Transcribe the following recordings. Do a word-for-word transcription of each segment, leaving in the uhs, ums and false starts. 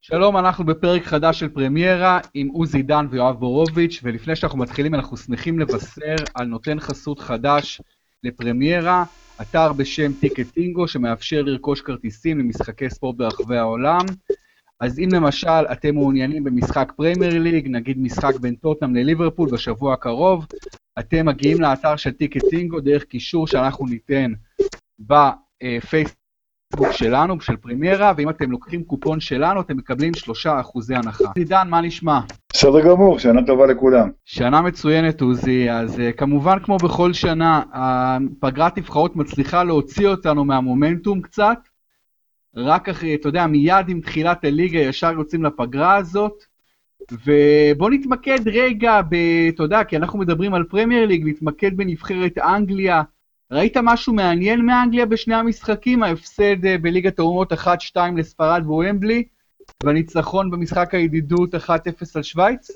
שלום, אנחנו בפרק חדש של פרמיירה עם עוזי דן ויואב בורוביץ', ולפני שאנחנו מתחילים אנחנו שמחים לבשר על נותן חסות חדש לפרמיירה, אתר בשם טיקטינגו שמאפשר לרכוש כרטיסים למשחקי ספורט ברחבי העולם. אז אם למשל אתם מעוניינים במשחק פרמייר ליג, נגיד משחק בין טוטנהאם לליברפול בשבוע הקרוב, אתם מגיעים לאתר של טיקטינגו דרך קישור שאנחנו ניתן בפייסבוק שלנו, של פרמיירה, ואם אתם לוקחים קופון שלנו, אתם מקבלים שלושה אחוזי הנחה. עידן, מה נשמע? בסדר גמור, שנה טובה לכולם. שנה מצוינת, עוזי. אז uh, כמובן, כמו בכל שנה, פגרת נבחרות מצליחה להוציא אותנו מהמומנטום קצת, רק אחרי, אתה יודע, מיד עם תחילת הליגה, ישר יוצאים לפגרה הזאת, ובוא נתמקד רגע, ב, אתה יודע, כי אנחנו מדברים על פרמייר ליג, נתמקד בנבחרת אנגליה. ראית משהו מעניין מאנגליה בשני המשחקים? ההפסד בליגת האומות אחת שתיים לספרד בוומבלי, והניצחון במשחק הידידות אחת אפס על שוויץ?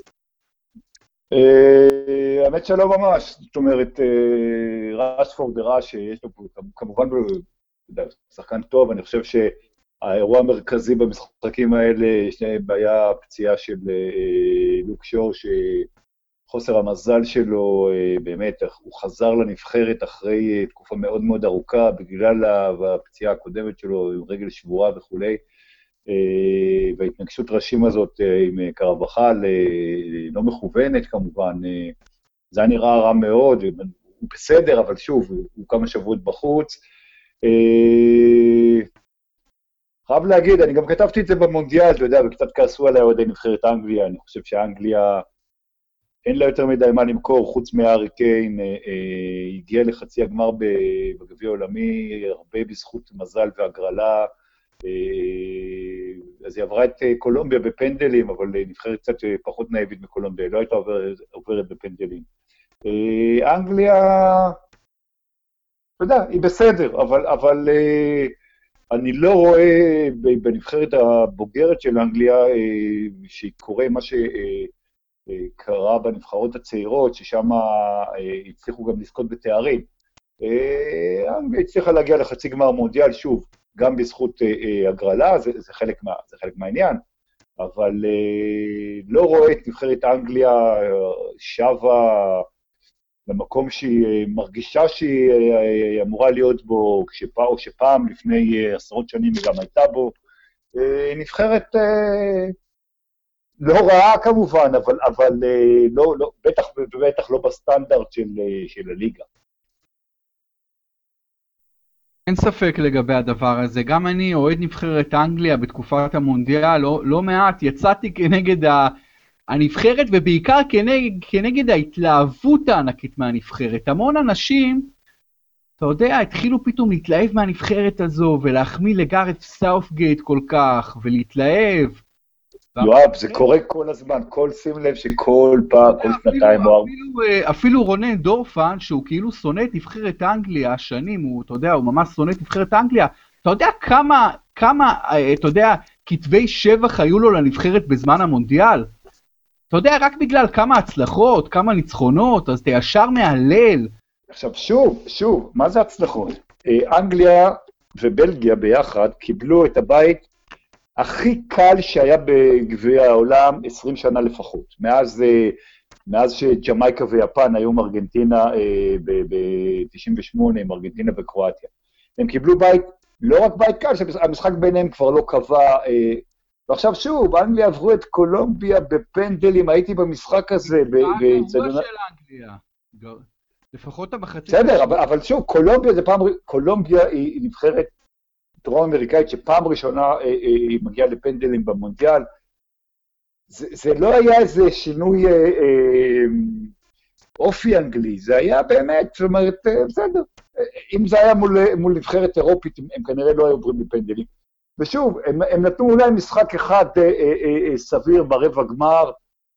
האמת שלא ממש, זאת אומרת, רשפורד הראה שיש לו כמובן שחקן טוב, אני חושב שהאירוע המרכזי במשחקים האלה, יש בעיה פציעה של לוק שור, חוסר המזל שלו, באמת, הוא חזר לנבחרת אחרי תקופה מאוד מאוד ארוכה, בגלל הפציעה הקודמת שלו, עם רגל שבורה וכו'. וההתנגשות ראשים הזאת עם קרבחל, לא מכוונת כמובן, זה היה נראה רע מאוד, הוא בסדר, אבל שוב, הוא כמה שבועות בחוץ. חייב להגיד, אני גם כתבתי את זה במונדיאל, אתה יודע, וקצת כעסו עליי אוהדי נבחרת אנגליה, אני חושב שאנגליה, אין לה יותר מדי מה למכור, חוץ מהארי קיין, הגיע לחצי הגמר בגביע העולמי, הרבה בזכות מזל והגרלה, אז היא עברה את קולומביה בפנדלים, אבל נבחרת קצת פחות נאיבית מקולומביה, לא הייתה עוברת, עוברת בפנדלים. אנגליה, אתה יודע, היא בסדר, אבל, אבל אני לא רואה בנבחרת הבוגרת של אנגליה, שקורה מה ש... קרה בנבחרות הצעירות, ששם הצליחו גם לזכות בתארים. אנגליה הצליחה להגיע לחצי גמר מונדיאל, שוב, גם בזכות הגרלה, זה, זה, חלק מה, זה חלק מהעניין, אבל לא רואה את נבחרת אנגליה שווה למקום שהיא מרגישה שהיא אמורה להיות בו, כשפע, או שפעם לפני עשרות שנים היא גם הייתה בו. נבחרת לא רעה כמובן, אבל, אבל לא, לא, בטח ובטח לא בסטנדרט של, של הליגה. אין ספק לגבי הדבר הזה, גם אני אוהד נבחרת אנגליה בתקופת המונדיאל, לא, לא מעט, יצאתי כנגד ה, הנבחרת ובעיקר כנגד, כנגד ההתלהבות הענקית מהנבחרת. המון אנשים, אתה יודע, התחילו פתאום להתלהב מהנבחרת הזו ולהחמיא לגארת סאות'גייט כל כך ולהתלהב. יואב, זה קורה כל הזמן, כל שים לב שכל פעם, כל שנתיים או... אפילו רונן דורפן, שהוא כאילו שונא את נבחרת אנגליה, שנים, הוא, אתה יודע, הוא ממש שונא את נבחרת אנגליה, אתה יודע כמה, כמה, אתה יודע, כתבי שבח היו לו לנבחרת בזמן המונדיאל? אתה יודע, רק בגלל כמה הצלחות, כמה ניצחונות, אז אתה ישר מהלל. עכשיו, שוב, שוב, מה זה הצלחות? אנגליה ובלגיה ביחד קיבלו את הבית הכי קל שהיה בגביע העולם עשרים שנה לפחות, מאז, מאז שג'מייקה ויפן היו עם ארגנטינה ב-תשעים ושמונה, עם ארגנטינה וקרואטיה. הם קיבלו בית, לא רק בית קל, שהמשחק ביניהם כבר לא קבע, ועכשיו שוב, אנגליה עברו את קולומביה בפנדלים, הייתי במשחק הזה. הגרוע של אנגליה, לפחות המחצית. בסדר, אבל שוב, קולומביה זה פעם, קולומביה היא נבחרת, דרום אמריקאית שפעם ראשונה היא מגיעה לפנדלים במונדיאל, זה, זה לא היה איזה שינוי אה, אה, אופי אנגלי, זה היה באמת, זאת אומרת, אה, בסדר, אם זה היה מול, מול נבחרת אירופית, הם, הם כנראה לא היו עוברים בפנדלים. ושוב, הם, הם נתנו אולי משחק אחד אה, אה, אה, סביר ברבע גמר,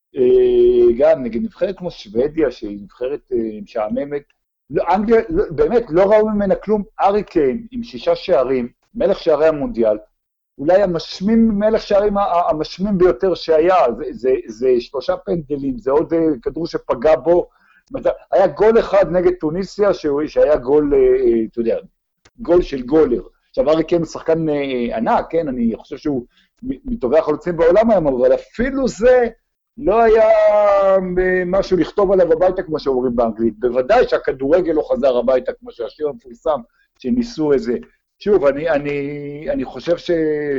אה, גם נגד נבחרת כמו שוודיה, שהיא נבחרת אה, משעממת, לא, אנגליה, לא, באמת, לא ראו ממנה כלום. הארי קיין עם שישה שערים, מלך שערי המונדיאל, אולי המשמים, מלך שערים המשמים ביותר שהיה, זה, זה, זה שלושה פנדלים, זה עוד כדור שפגע בו, היה גול אחד נגד טוניסיה, שהיה גול, אתה יודע, גול של גולר. עכשיו, הארי קיין הוא שחקן ענק, כן, אני חושב שהוא מטובי החלוצים בעולם היום, אבל אפילו זה לא היה משהו לכתוב עליו הביתה, כמו שאומרים באנגלית. בוודאי שהכדורגל לא חזר הביתה, כמו שהשיר המפורסם, שניסו איזה. שוב, אני, אני, אני חושב ש...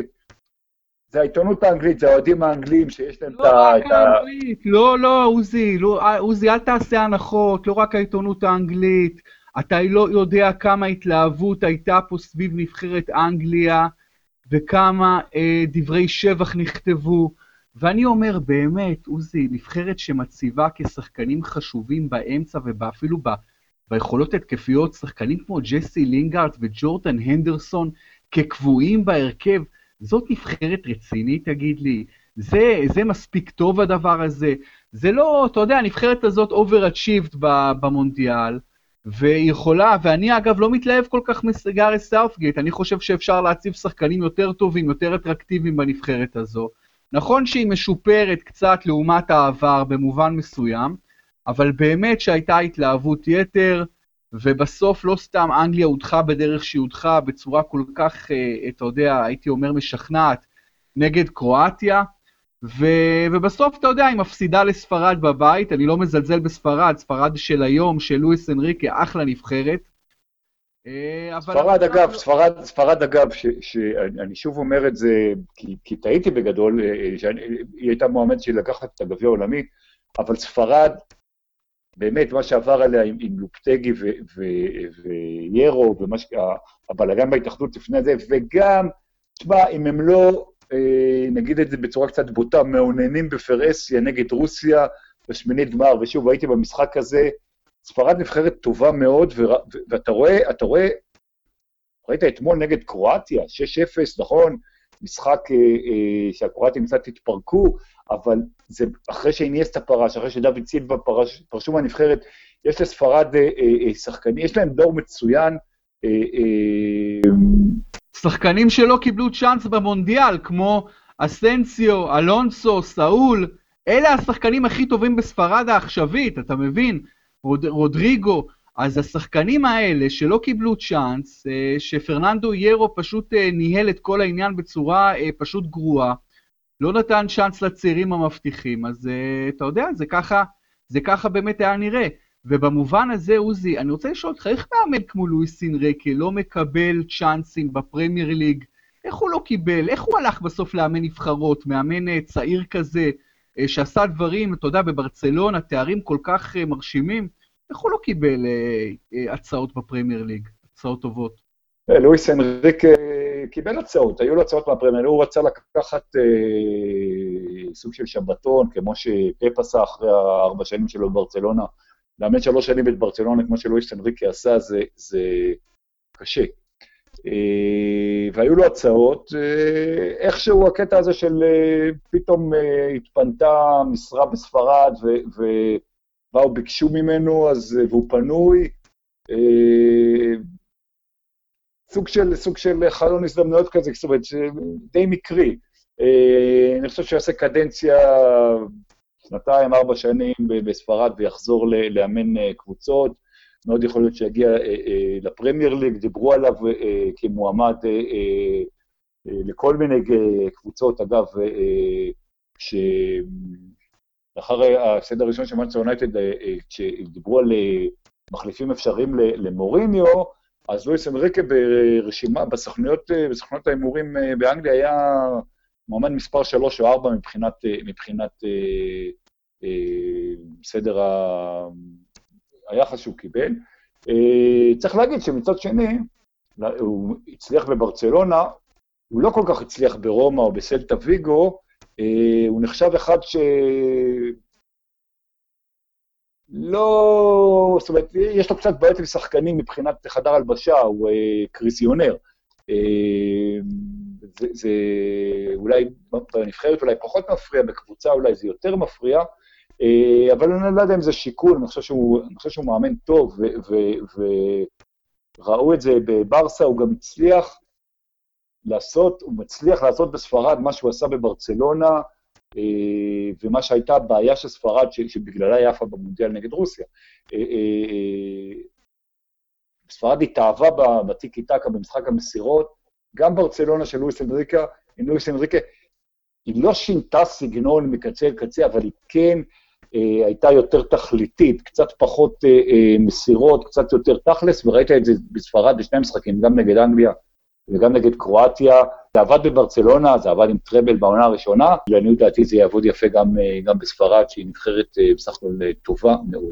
זה העיתונות האנגלית, זה האוהדים האנגלים שיש להם את ה... לא רק האנגלית, לא, לא, עוזי, לא, עוזי, אל תעשה הנחות, לא רק העיתונות האנגלית, אתה לא יודע כמה התלהבות הייתה פה סביב נבחרת אנגליה, וכמה אה, דברי שבח נכתבו, ואני אומר באמת, עוזי, נבחרת שמציבה כשחקנים חשובים באמצע, ואפילו ב, ביכולות התקפיות, שחקנים כמו ג'סי לינגארד וג'ורדן הנדרסון, כקבועים בהרכב, זאת נבחרת רצינית, תגיד לי, זה, זה מספיק טוב הדבר הזה, זה לא, אתה יודע, הנבחרת הזאת overachieved במונדיאל, והיא יכולה, ואני אגב לא מתלהב כל כך מגארת' סאות'גייט, אני חושב שאפשר להציב שחקנים יותר טובים, יותר אטרקטיביים בנבחרת הזו, נכון שהיא משופרת קצת לעומת העבר במובן מסוים, אבל באמת שהייתה התלהבות יתר, ובסוף לא סתם אנגליה הודחה בדרך שהיא הודחה, בצורה כל כך, אתה יודע, הייתי אומר משכנעת, נגד קרואטיה, ו... ובסוף, אתה יודע, היא מפסידה לספרד בבית, אני לא מזלזל בספרד, ספרד של היום, של לואיס אנריקה, אחלה נבחרת. ספרד אגב, ספרד, ספרד אגב, ש... שאני שוב אומר את זה, כי, כי טעיתי בגדול, שהיא הייתה מועמד של לקחת את הגביע העולמי, אבל ספרד, באמת, מה שעבר עליה עם, עם לופטגי ו, ו, וירו, והבלגן בהתאחדות לפני זה, וגם, תשמע, אם הם לא, אה, נגיד את זה בצורה קצת בוטה, מעוננים בפרסיה נגד רוסיה, בשמינית גמר, ושוב, הייתי במשחק הזה, ספרד נבחרת טובה מאוד, ו, ו, ואתה רואה, אתה רואה, ראית אתמול נגד קרואטיה, שש אפס, נכון? משחק אה, אה, שהקרואטים קצת התפרקו, אבל זה אחרי שאיניאסטה פרש, אחרי שדוד סילבה פרש, פרשו מהנבחרת, יש לספרד אה, אה, שחקנים, יש להם דור מצוין. אה, אה, שחקנים שלא קיבלו צ'אנס במונדיאל, כמו אסנסיו, אלונסו, סאול, אלה השחקנים הכי טובים בספרד העכשווית, אתה מבין? רוד, רודריגו, אז השחקנים האלה שלא קיבלו צ'אנס, שפרננדו ירו פשוט ניהל את כל העניין בצורה פשוט גרועה, לא נתן צ'אנס לצעירים המבטיחים, אז אתה יודע, זה ככה, זה ככה באמת היה נראה. ובמובן הזה, עוזי, אני רוצה לשאול אותך, איך מאמן כמו לואיס אנריקה לא מקבל צ'אנסים בפרמייר ליג? איך הוא לא קיבל? איך הוא הלך בסוף לאמן נבחרות, מאמן צעיר כזה, שעשה דברים, אתה יודע, בברצלונה, תארים כל כך מרשימים? איך הוא לא קיבל הצעות בפרמייר ליג, הצעות טובות? לואיס אנריקה קיבל הצעות, היו לו הצעות מהפרמייר, הוא רצה לקחת סוג של שבתון, כמו שפפ עשה אחרי הארבע שנים שלו בברצלונה, לאמן שלוש שנים את ברצלונה, כמו שלואיס אנריקה עשה, זה, זה קשה. והיו לו הצעות, איכשהו הקטע הזה של פתאום התפנתה משרה בספרד, ובאו ביקשו ממנו, אז, והוא פנוי, סוג של, סוג של חלון הזדמנויות כזה, זאת אומרת, די מקרי. אני חושב שהוא יעשה קדנציה, שנתיים, ארבע שנים בספרד, ויחזור לאמן קבוצות, מאוד יכול להיות שיגיע לפרמייר ליג, דיברו עליו כמועמד לכל מיני קבוצות, אגב, כשאחרי הסדר הראשון של מנצ'סטר יונייטד, כשדיברו על מחליפים אפשריים למוריניו, אז לואיס אנריקה ברשימה, בסוכנויות, בסוכנויות ההימורים באנגליה היה מועמד מספר שלוש או ארבע מבחינת, מבחינת סדר היחס שהוא קיבל. צריך להגיד שמצד שני, הוא הצליח בברצלונה, הוא לא כל כך הצליח ברומא או בסלטה ויגו, הוא נחשב אחד ש... לא, זאת אומרת, יש לו קצת בעיות עם שחקנים מבחינת חדר הלבשה, הוא קריזיונר. זה, זה אולי בנבחרת אולי פחות מפריע, בקבוצה אולי זה יותר מפריע, אבל אני לא יודע אם זה שיקול, אני חושב שהוא, אני חושב שהוא מאמן טוב, וראו את זה בברסה, הוא גם הצליח לעשות, הוא מצליח לעשות בספרד מה שהוא עשה בברצלונה, ומה שהייתה הבעיה של ספרד, שבגללה יפה במונדיאל נגד רוסיה. ספרד התאהבה בטיקי טקה, במשחק המסירות, גם ברצלונה של לואיס אנריקה, עם לואיס אנריקה, היא לא שינתה סגנון מקצה אל קצה, אבל היא כן אה, הייתה יותר תכליתית, קצת פחות אה, אה, מסירות, קצת יותר תכלס, וראית את זה בספרד בשני משחקים, גם נגד אנגליה וגם נגד קרואטיה. זה עבד בברצלונה, זה עבד עם טראבל בעונה הראשונה, לעניות דעתי זה יעבוד יפה גם, אה, גם בספרד, שהיא נבחרת אה, בסך הכל אה, טובה מאוד.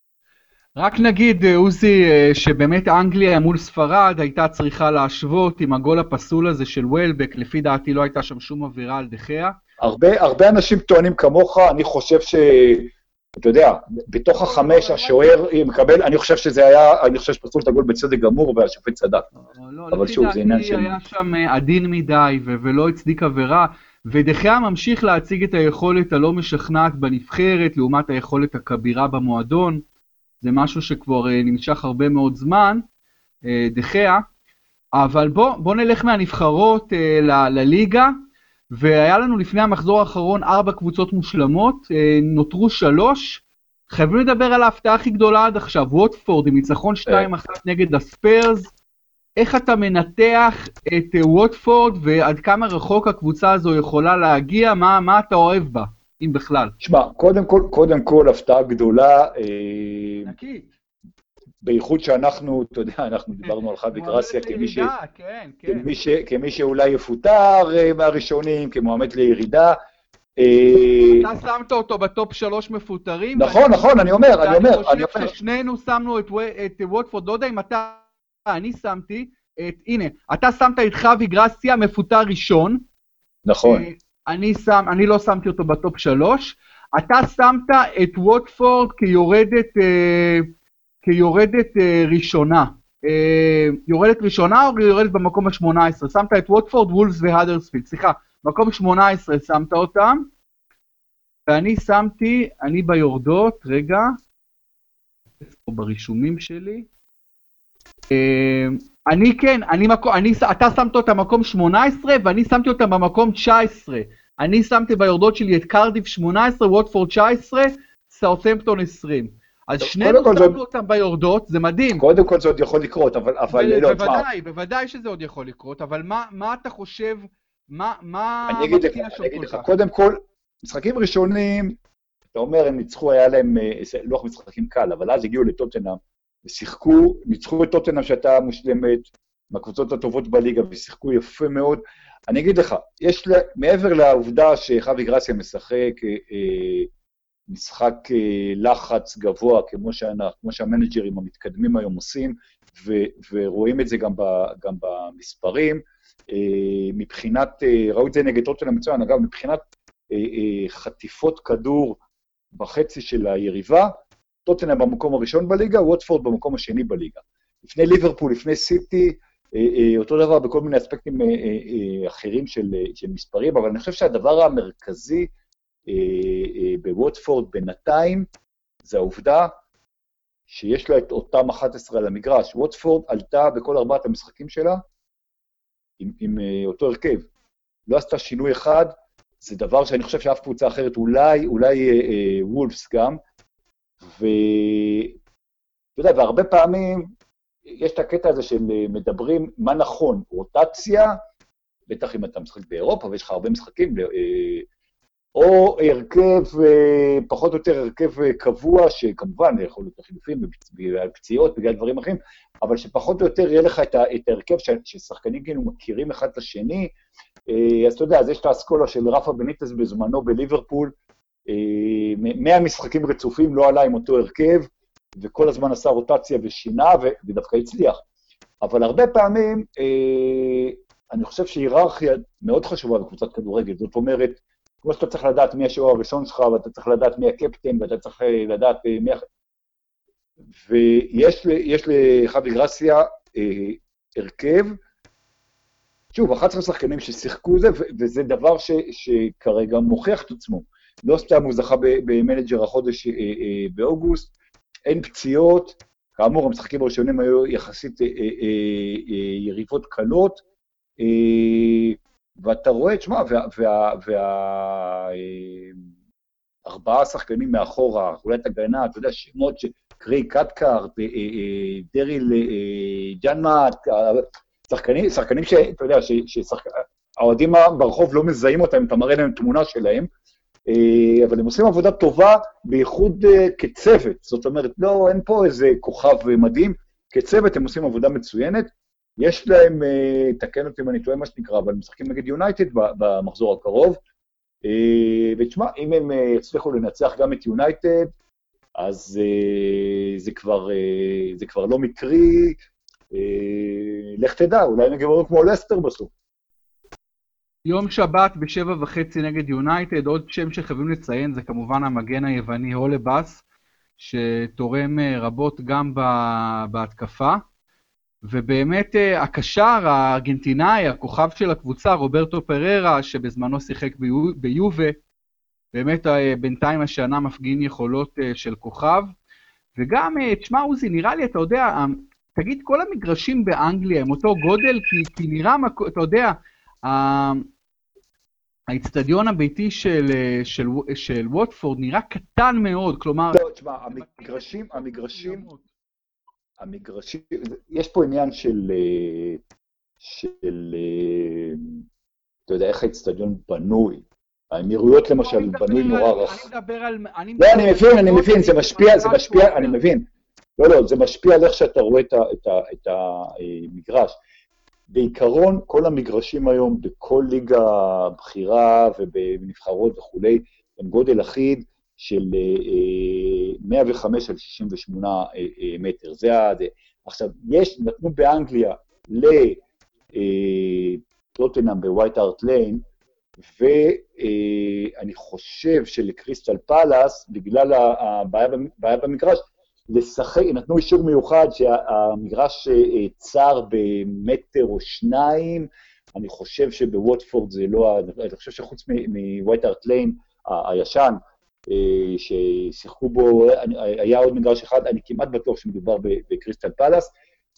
רק נגיד, עוזי, שבאמת אנגליה מול ספרד הייתה צריכה להשוות עם הגול הפסול הזה של וולבק, לפי דעתי לא הייתה שם שום עבירה על דחיה. הרבה, הרבה אנשים טוענים כמוך, אני חושב ש... אתה יודע, בתוך החמש השוער מקבל, אני חושב שזה היה, אני חושב שפסול את הגול בצדק גמור והשופט צדק. אבל שוב, זה עניין של... היה שם עדין מדי ולא הצדיק עבירה, ודחיה ממשיך להציג את היכולת הלא משכנעת בנבחרת, לעומת היכולת הכבירה במועדון. זה משהו שכבר נמשך הרבה מאוד זמן, דחיה, אבל בוא, בוא נלך מהנבחרות ל- לליגה, והיה לנו לפני המחזור האחרון ארבע קבוצות מושלמות, נותרו שלוש, חייבים לדבר על ההפתעה הכי גדולה עד עכשיו, ווטפורד עם ניצחון שתיים אחת נגד הספיירס, איך אתה מנתח את ווטפורד, ועד כמה רחוק הקבוצה הזו יכולה להגיע, מה, מה אתה אוהב בה? אם בכלל. שמע, קודם כל, קודם כל, הפתעה גדולה, נקית. בייחוד שאנחנו, אתה יודע, אנחנו דיברנו על חווי גרסיה כמי ש... כן, כן. כמי ש... כמי שאולי יפוטר מהראשונים, כמועמד לירידה. אתה שמת אותו בטופ שלוש מפוטרים. נכון, נכון, אני אומר, אני אומר. אני חושב ששנינו שמנו את ווטפורד, לא יודע אם אתה, אני שמתי, הנה, אתה שמת את חווי גרסיה מפוטר ראשון. נכון. אני, שם, אני לא שמתי אותו בטופ שלוש, אתה שמת את ווטפורד כיורדת, אה, כיורדת אה, ראשונה, אה, יורדת ראשונה או יורדת במקום ה-שמונה עשרה, שמת את ווטפורד, וולפס והדרספילד, סליחה, מקום שמונה עשרה שמת אותם, ואני שמתי, אני ביורדות, רגע, פה ברישומים שלי, אה, אני כן, אני מקום, אני, אתה שמת אותם במקום שמונה עשרה, ואני שמתי אותם במקום תשע עשרה, אני שמתי ביורדות שלי את קרדיף שמונה עשרה, ווטפורד תשע עשרה, סאות'המפטון עשרים. אז שנינו שמנו אותם ביורדות, זה מדהים. קודם כל זה עוד יכול לקרות, אבל... בוודאי, בוודאי שזה עוד יכול לקרות, אבל מה אתה חושב, מה... אני אגיד לך, קודם כל, משחקים ראשונים, אתה אומר, הם ניצחו, היה להם לוח משחקים קל, אבל אז הגיעו לטוטנהאם, ושיחקו, ניצחו את טוטנהאם שהייתה מושלמת, מהקבוצות הטובות בליגה, ושיחקו יפה מאוד. אני אגיד לך, יש לה, מעבר לעובדה שחווי גרסיה משחק אה, משחק אה, לחץ גבוה, כמו, שאנחנו, כמו שהמנג'רים המתקדמים היום עושים, ו, ורואים את זה גם, ב, גם במספרים, אה, מבחינת, אה, ראו את זה נגד טוטנהאם מצוין, אגב, מבחינת אה, אה, חטיפות כדור בחצי של היריבה, טוטנהאם במקום הראשון בליגה, ווטפורד במקום השני בליגה. לפני ליברפול, לפני סיטי, אותו דבר בכל מיני אספקטים אחרים של, של מספרים, אבל אני חושב שהדבר המרכזי בווטפורד בינתיים, זה העובדה שיש לה את אותם אחת עשרה על המגרש. ווטפורד עלתה בכל ארבעת המשחקים שלה עם, עם אותו הרכב. לא עשתה שינוי אחד, זה דבר שאני חושב שאף קבוצה אחרת, אולי, אולי אה, וולפס גם, ואתה יודע, והרבה פעמים יש את הקטע הזה של מדברים מה נכון, רוטציה, בטח אם אתה משחק באירופה ויש לך הרבה משחקים, או הרכב, פחות או יותר הרכב קבוע, שכמובן יכול להיות חילופים בגלל פציעות, בגלל דברים אחרים, אבל שפחות או יותר יהיה לך את ההרכב ששחקנים כאילו מכירים אחד את השני, אז אתה יודע, אז יש את האסכולה של רפה בניטס בזמנו בליברפול, מאה משחקים רצופים לא עלה עם אותו הרכב, וכל הזמן עשה רוטציה ושינה, ודווקא הצליח. אבל הרבה פעמים, אני חושב שהיררכיה מאוד חשובה בקבוצת כדורגל, זאת אומרת, כמו שאתה צריך לדעת מי השוער הראשון שלך, ואתה צריך לדעת מי הקפטן, ואתה צריך לדעת מי... ויש לחווי גרסיה הרכב, שוב, אחת עשרה שחקנים ששיחקו זה, וזה דבר ש, שכרגע מוכיח את עצמו. לא סתם הוא זכה במנג'ר החודש באוגוסט, אין פציעות, כאמור, המשחקים הראשונים היו יחסית יריבות קלות, ואתה רואה, תשמע, והארבעה שחקנים מאחורה, אולי את הגנה, אתה יודע, שמות שקרי קטקארט, דריל ג'אנמאט, שחקנים, שחקנים שאתה יודע, האוהדים ברחוב לא מזהים אותם, אתה מראה להם תמונה שלהם, אבל הם עושים עבודה טובה, בייחוד כצוות, זאת אומרת, לא, אין פה איזה כוכב מדהים, כצוות הם עושים עבודה מצוינת, יש להם, תקן אותי אם אני טועה מה שנקרא, אבל הם משחקים נגד יונייטד במחזור הקרוב, ותשמע, אם הם יצליחו לנצח גם את יונייטד, אז זה כבר, זה כבר לא מקרי, לך תדע, אולי נגמרו כמו לסטר בסוף. יום שבת בשבע וחצי נגד יונייטד, עוד שם שחייבים לציין, זה כמובן המגן היווני הולבאס, שתורם רבות גם בהתקפה, ובאמת הקשר הארגנטינאי, הכוכב של הקבוצה, רוברטו פררה, שבזמנו שיחק ביובה, באמת בינתיים השנה מפגין יכולות של כוכב, וגם, תשמע עוזי, נראה לי, אתה יודע, תגיד, כל המגרשים באנגליה הם אותו גודל, כי, כי נראה, אתה יודע, האצטדיון הביתי של, של, של ווטפורד נראה קטן מאוד, כלומר... לא, תשמע, המגרשים, המגרשים, המגרשים, יש פה עניין של, של, אתה יודע, איך האצטדיון בנוי. האמירויות למשל, בנוי נורא רח. אני מדבר על... לא, אני מבין, אני מבין, זה משפיע, זה משפיע, אני מבין. לא, לא, זה משפיע על איך שאתה רואה את המגרש. בעיקרון, כל המגרשים היום, בכל ליגה בחירה ובנבחרות וכולי, הם גודל אחיד של מאה וחמש על שישים ושמונה מטר. זה ה... עכשיו, יש, נתנו באנגליה לטוטנהאם בווייט הארט ליין, ואני חושב שלקריסטל פלאס, בגלל הבעיה במגרש, לשחק, נתנו אישור מיוחד שהמגרש צר במטר או שניים, אני חושב שבווטפורד זה לא, אני חושב שחוץ מווייט הארט ליין הישן, ששיחקו בו, היה עוד מגרש אחד, אני כמעט בטוח שמדובר בקריסטל פלאס.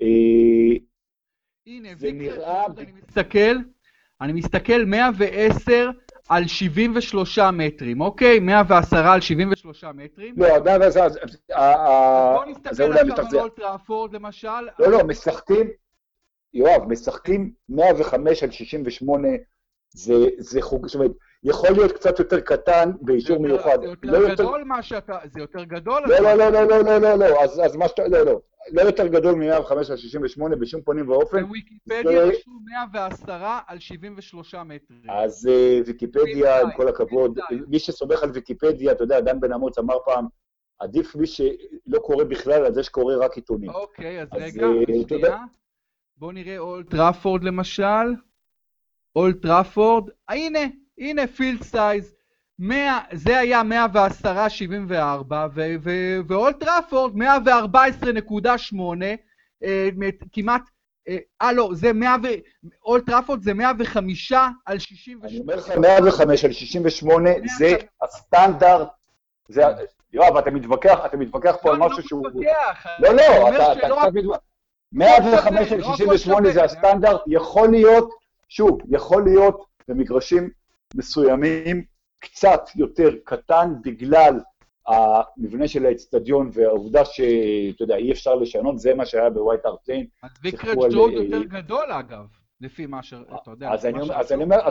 הנה, זה נראה... אני מסתכל, אני מסתכל מאה ועשר על שבעים ושלושה מטרים, אוקיי? מאה ועשר על שבעים ושלושה מטרים. לא, מאה ועשר, אז בוא נסתכל עכשיו על אולד טראפורד למשל. לא, לא, משחקים, יואב, משחקים מאה וחמש על שישים ושמונה, זה חוג, זאת אומרת, יכול להיות קצת יותר קטן באישור מיוחד. זה יותר גדול מה שאתה, זה יותר גדול? לא, לא, לא, לא, לא, לא, לא, לא, אז מה שאתה, לא, לא. לא יותר גדול מ-מאה וחמש על שישים ושמונה בשום פנים ואופן. בוויקיפדיה רשום מאה ועשר על שבעים ושלושה מטרים. אז ויקיפדיה, עם כל הכבוד, מי שסומך על ויקיפדיה, אתה יודע, דן בן אמוץ אמר פעם, עדיף מי שלא קורא בכלל על זה שקורא רק עיתונים. אוקיי, אז רגע, שנייה. בואו נראה אולד טראפורד למשל. אולד טראפורד, הנה, הנה פילד סייז. זה היה מאה ועשר שבעים וארבע, ואולד טראפורד מאה וארבע עשרה נקודה שמונה, כמעט, אה לא, זה מאה, אולד טראפורד זה מאה וחמש על שישים ושמונה. אני אומר לך, מאה וחמש על שישים ושמונה זה הסטנדרט, יואב, אתה מתווכח, אתה מתווכח פה על משהו שהוא... לא, לא, אתה קצת מתווכח. מאה וחמש על שישים ושמונה זה הסטנדרט, יכול להיות, שוב, יכול להיות במגרשים מסוימים, קצת יותר קטן בגלל המבנה של האצטדיון והעובדה שאתה יודע, אי אפשר לשנות, זה מה שהיה בווייט הארט ליין. אז ויקרג' רוד יותר גדול אגב, לפי מה שאתה יודע. אז אני אומר,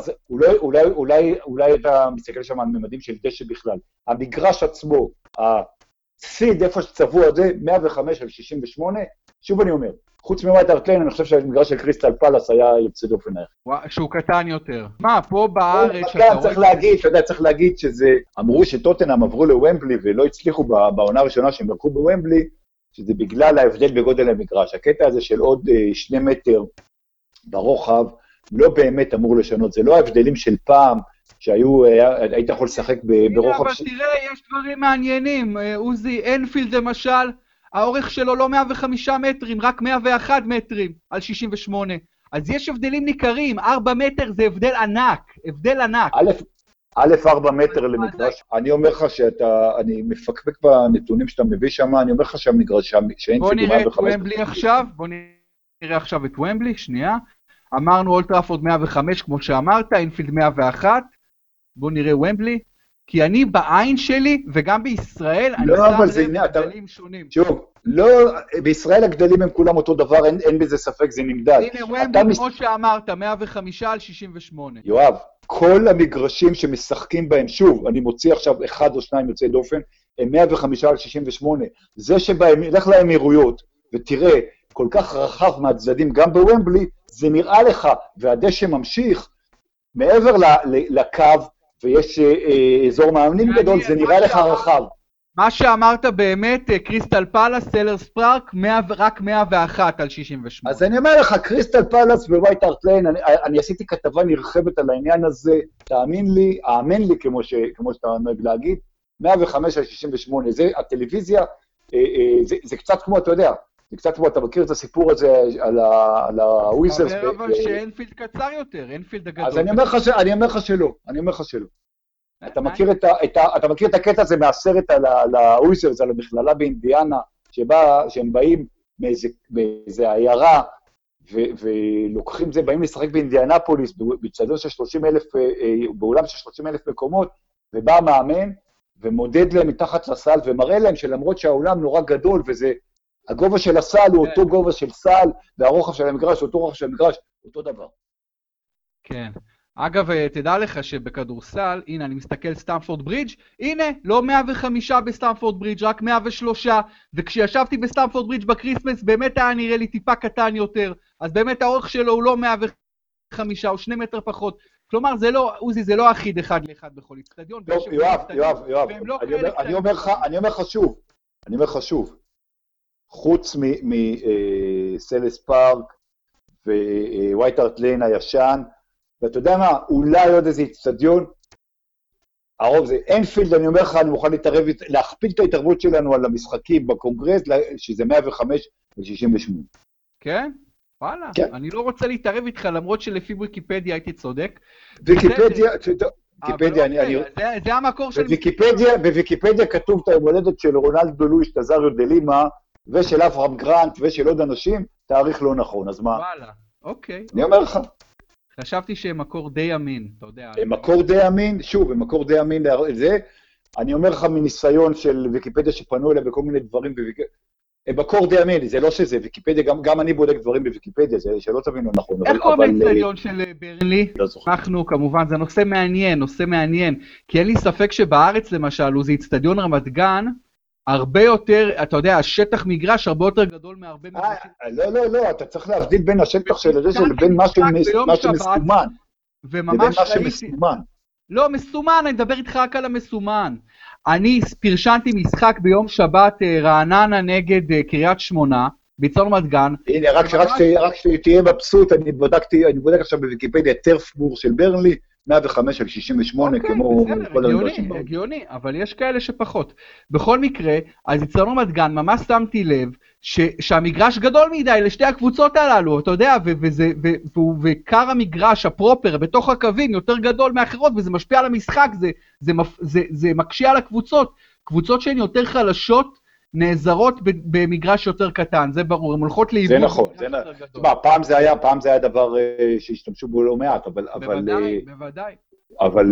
אולי אתה מסתכל שם על ממדים של דשא בכלל. המגרש עצמו, הסיד איפה שצבוע את זה, מאה וחמש על שישים ושמונה, שוב אני אומר, חוץ מווייט הארט ליין, אני חושב שהמגרש של קריסטל פלאס היה יוצא דופן הערך. שהוא קטן יותר. מה, פה בארץ... צריך להגיד, אתה יודע, צריך להגיד שזה... אמרו שטוטנהאם עברו לוומבלי ולא הצליחו בעונה הראשונה שהם לקחו בוומבלי, שזה בגלל ההבדל בגודל המגרש. הקטע הזה של עוד שני מטר ברוחב, לא באמת אמור לשנות. זה לא ההבדלים של פעם, שהיו, היית יכול לשחק ברוחב... אבל תראה, יש דברים מעניינים. עוזי, אנפילד למשל, האורך שלו לא מאה וחמישה מטרים, רק מאה ואחד מטרים על שישים ושמונה. אז יש הבדלים ניכרים, ארבע מטר זה הבדל ענק, הבדל ענק. א', א', ארבע מטר למגרש, אני אומר לך שאתה, אני מפקפק בנתונים שאתה מביא שם, אני אומר לך שהמגרש, שאין בוא נראה את ומבלי עכשיו, בוא נראה עכשיו את ומבלי, שנייה. אמרנו אולד טראפורד מאה וחמש, כמו שאמרת, אינפילד מאה ואחת, בוא נראה ומבלי. כי אני בעין שלי, וגם בישראל, אני לא, אבל זה שם עניין, לב אתה- לגדלים שונים. שוב, לא, בישראל הגדלים הם כולם אותו דבר, אין, אין בזה ספק, זה נמדד. הנה, אתה ומבלי, מס- כמו שאמרת, מאה וחמש על שישים ושמונה. יואב, כל המגרשים שמשחקים בהם, שוב, אני מוציא עכשיו אחד או שניים יוצאי דופן, הם מאה וחמש על שישים ושמונה. זה שבהם, לך לאמירויות, ותראה, כל כך רחב מהצדדים, גם בוומבלי, זה נראה לך, והדשא ממשיך, מעבר ל- ל- לקו, ויש אה, אה, אזור מאמנים ואני- גדול, זה מה נראה לך שאמרת- רחב. מה שאמרת באמת, אה, קריסטל פלאס, סלרס פארק, מאה ו- רק מאה ואחת על שישים ושמונה. אז אני אומר לך, קריסטל פלאס ווייט הארט ליין, אני, אני עשיתי כתבה נרחבת על העניין הזה, תאמין לי, האמן לי כמו, ש, כמו שאתה נוהג להגיד, מאה וחמש על שישים ושמונה, זה הטלוויזיה, אה, אה, זה, זה קצת כמו, אתה יודע, זה קצת כמו, אתה מכיר את הסיפור הזה על, ה, על הוויזרס. אבל אבל שאנפילד קצר יותר, אנפילד הגדול. אז אני אומר לך, ש, אני אומר לך שלא, אני אומר לך שלא. אתה מכיר את, ה, את, ה, אתה מכיר את הקטע הזה מהסרט על, ה, על הוויזרס, על המכללה באינדיאנה, שבה, שהם באים מאיזה, מאיזה עיירה, ו, ולוקחים זה, באים לשחק באינדיאנפוליס, בצדון של שלושים אלף, באולם של שלושים אלף מקומות, ובא המאמן, ומודד להם מתחת לסל, ומראה להם שלמרות שהאולם נורא גדול, וזה, הגובה של הסל הוא אותו גובה של סל, והרוחב של המגרש, אותו רוחב של המגרש, אותו דבר. כן. אגב, תדע לך שבכדורסל, הנה, אני מסתכל סטמפורד ברידג', הנה, לא מאה וחמש בסטמפורד ברידג', רק מאה ושלוש, וכשישבתי בסטמפורד ברידג' בקריסמס, באמת היה נראה לי טיפה קטן יותר, אז באמת האורך שלו הוא לא מאה וחמש, הוא שני מטר פחות. כלומר, זה לא, עוזי, זה לא אחיד אחד לאחד בכל אצטדיון. טוב, יואב, יואב, יואב, אני אומר לך, אני אומר לך שוב, אני אומר לך שוב, חוץ מסלס פארק ווייט הארט ליין הישן, ואתה יודע מה, אולי עוד איזה אצטדיון, הרוב זה אנפילד, אני אומר לך, אני מוכן להתערב, להכפיל את ההתערבות שלנו על המשחקים בקונגרס, שזה מאה וחמש ושישים ושמונה. כן? וואלה, כן. אני לא רוצה להתערב איתך, למרות שלפי ויקיפדיה הייתי צודק. ויקיפדיה, ויקיפדיה, אני... אני... זה, זה המקור של... בוויקיפדיה, בוויקיפדיה כתוב את היום הולדת של רונלדו לואיש, טזריו דה לימה, ושל אברהם גרנט, ושל עוד אנשים, תאריך לא נכון, אז מה? וואלה, אוקיי. אני אומר לך. חשבתי שהם מקור די אמין, אתה יודע. הם מקור די אמין, שוב, הם מקור די אמין לזה, אני אומר לך מניסיון של ויקיפדיה שפנו אליה בכל מיני דברים, הם מקור די אמין, זה לא שזה, ויקיפדיה, גם, גם אני בודק דברים בוויקיפדיה, זה שלא תבינו נכון. איך קוראים לאצטדיון של ברנלי? לא זוכר. אנחנו, כמובן, זה נושא מעניין, נושא מעניין, כי אין לי ספק שבארץ למשל, הוא זה אצטדיון רמת גן, הרבה יותר, אתה יודע, השטח מגרש הרבה יותר גדול מהרבה מגרשים. לא, לא, לא, אתה צריך להבדיל בין השטח של זה לבין משהו מסומן. וממש ראיתי... לא, מסומן, אני מדבר איתך רק על המסומן. אני פרשנתי משחק ביום שבת רעננה נגד קריית שמונה, באצטדיון רמת גן. הנה, רק שתהיה מבסוט, אני בדקתי, אני בודק עכשיו בוויקיפדיה, טרפבורג של ברנלי, מאה וחמש על שישים ושמונה, כמו... הגיוני, הגיוני, אבל יש כאלה שפחות. בכל מקרה, אז אצטדיון רמת גן, ממש שמתי לב, שהמגרש גדול מדי לשתי הקבוצות הללו, אתה יודע, וקר המגרש, הפרופר, בתוך הקווים, יותר גדול מאחרות, וזה משפיע על המשחק, זה מקשה על הקבוצות. קבוצות שהן יותר חלשות, נעזרות במגרש יותר קטן, זה ברור, הן הולכות לאיבוד. זה נכון, זה נכון. פעם זה היה, פעם זה היה דבר שהשתמשו בו לא מעט, אבל... בוודאי, בוודאי. אבל...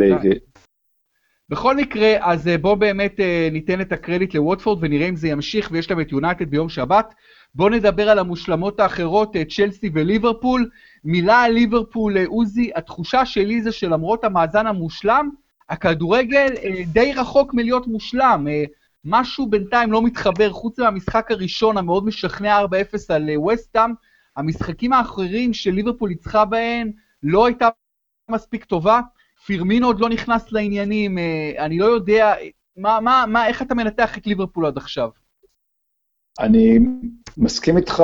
בכל מקרה, אז בוא באמת ניתן את הקרדיט לווטפורד, ונראה אם זה ימשיך, ויש להם את יונייטד ביום שבת. בוא נדבר על המושלמות האחרות, צ'לסי וליברפול. מילה על ליברפול, עוזי, התחושה שלי זה שלמרות המאזן המושלם, הכדורגל די רחוק מלהיות מושלם. משהו בינתיים לא מתחבר, חוץ מהמשחק הראשון המאוד משכנע ארבע אפס על ווסטהאם, המשחקים האחרים של ליברפול ניצחה בהן לא הייתה מספיק טובה, פירמינו עוד לא נכנס לעניינים, אני לא יודע, מה, מה, מה, איך אתה מנתח את ליברפול עד עכשיו? אני מסכים איתך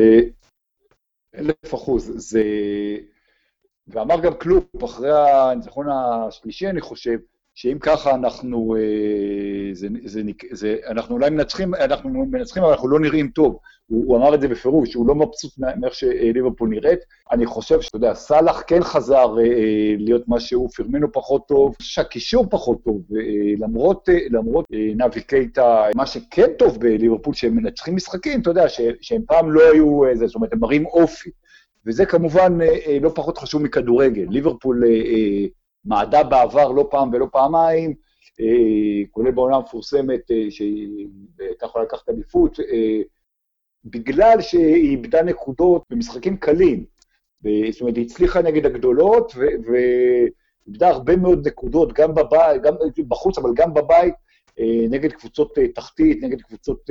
באלף אחוז, זה, ואמר גם קלופ אחרי הניצחון השלישי אני חושב, שאם ככה אנחנו, זה, זה, זה, אנחנו אולי מנצחים, אנחנו מנצחים, אבל אנחנו לא נראים טוב. הוא, הוא אמר את זה בפירוש, שהוא לא מבסוט מאיך שליברפול נראית. אני חושב שאתה יודע, סלאח כן חזר להיות משהו, פירמינו פחות טוב, שהקישור פחות טוב, למרות, למרות נאבי קייטה, מה שכן טוב בליברפול, שהם מנצחים משחקים, אתה יודע, שהם פעם לא היו, זאת אומרת, הם מראים אופי. וזה כמובן לא פחות חשוב מכדורגל. ליברפול מעדה בעבר לא פעם ולא פעמיים, כולל בעונה המפורסמת שהיא הייתה יכולה לקחת אליפות, בגלל שהיא איבדה נקודות במשחקים קלים. זאת אומרת, היא הצליחה נגד הגדולות, ואיבדה הרבה מאוד נקודות, גם בבית, גם בחוץ, אבל גם בבית, נגד קבוצות תחתית, נגד קבוצות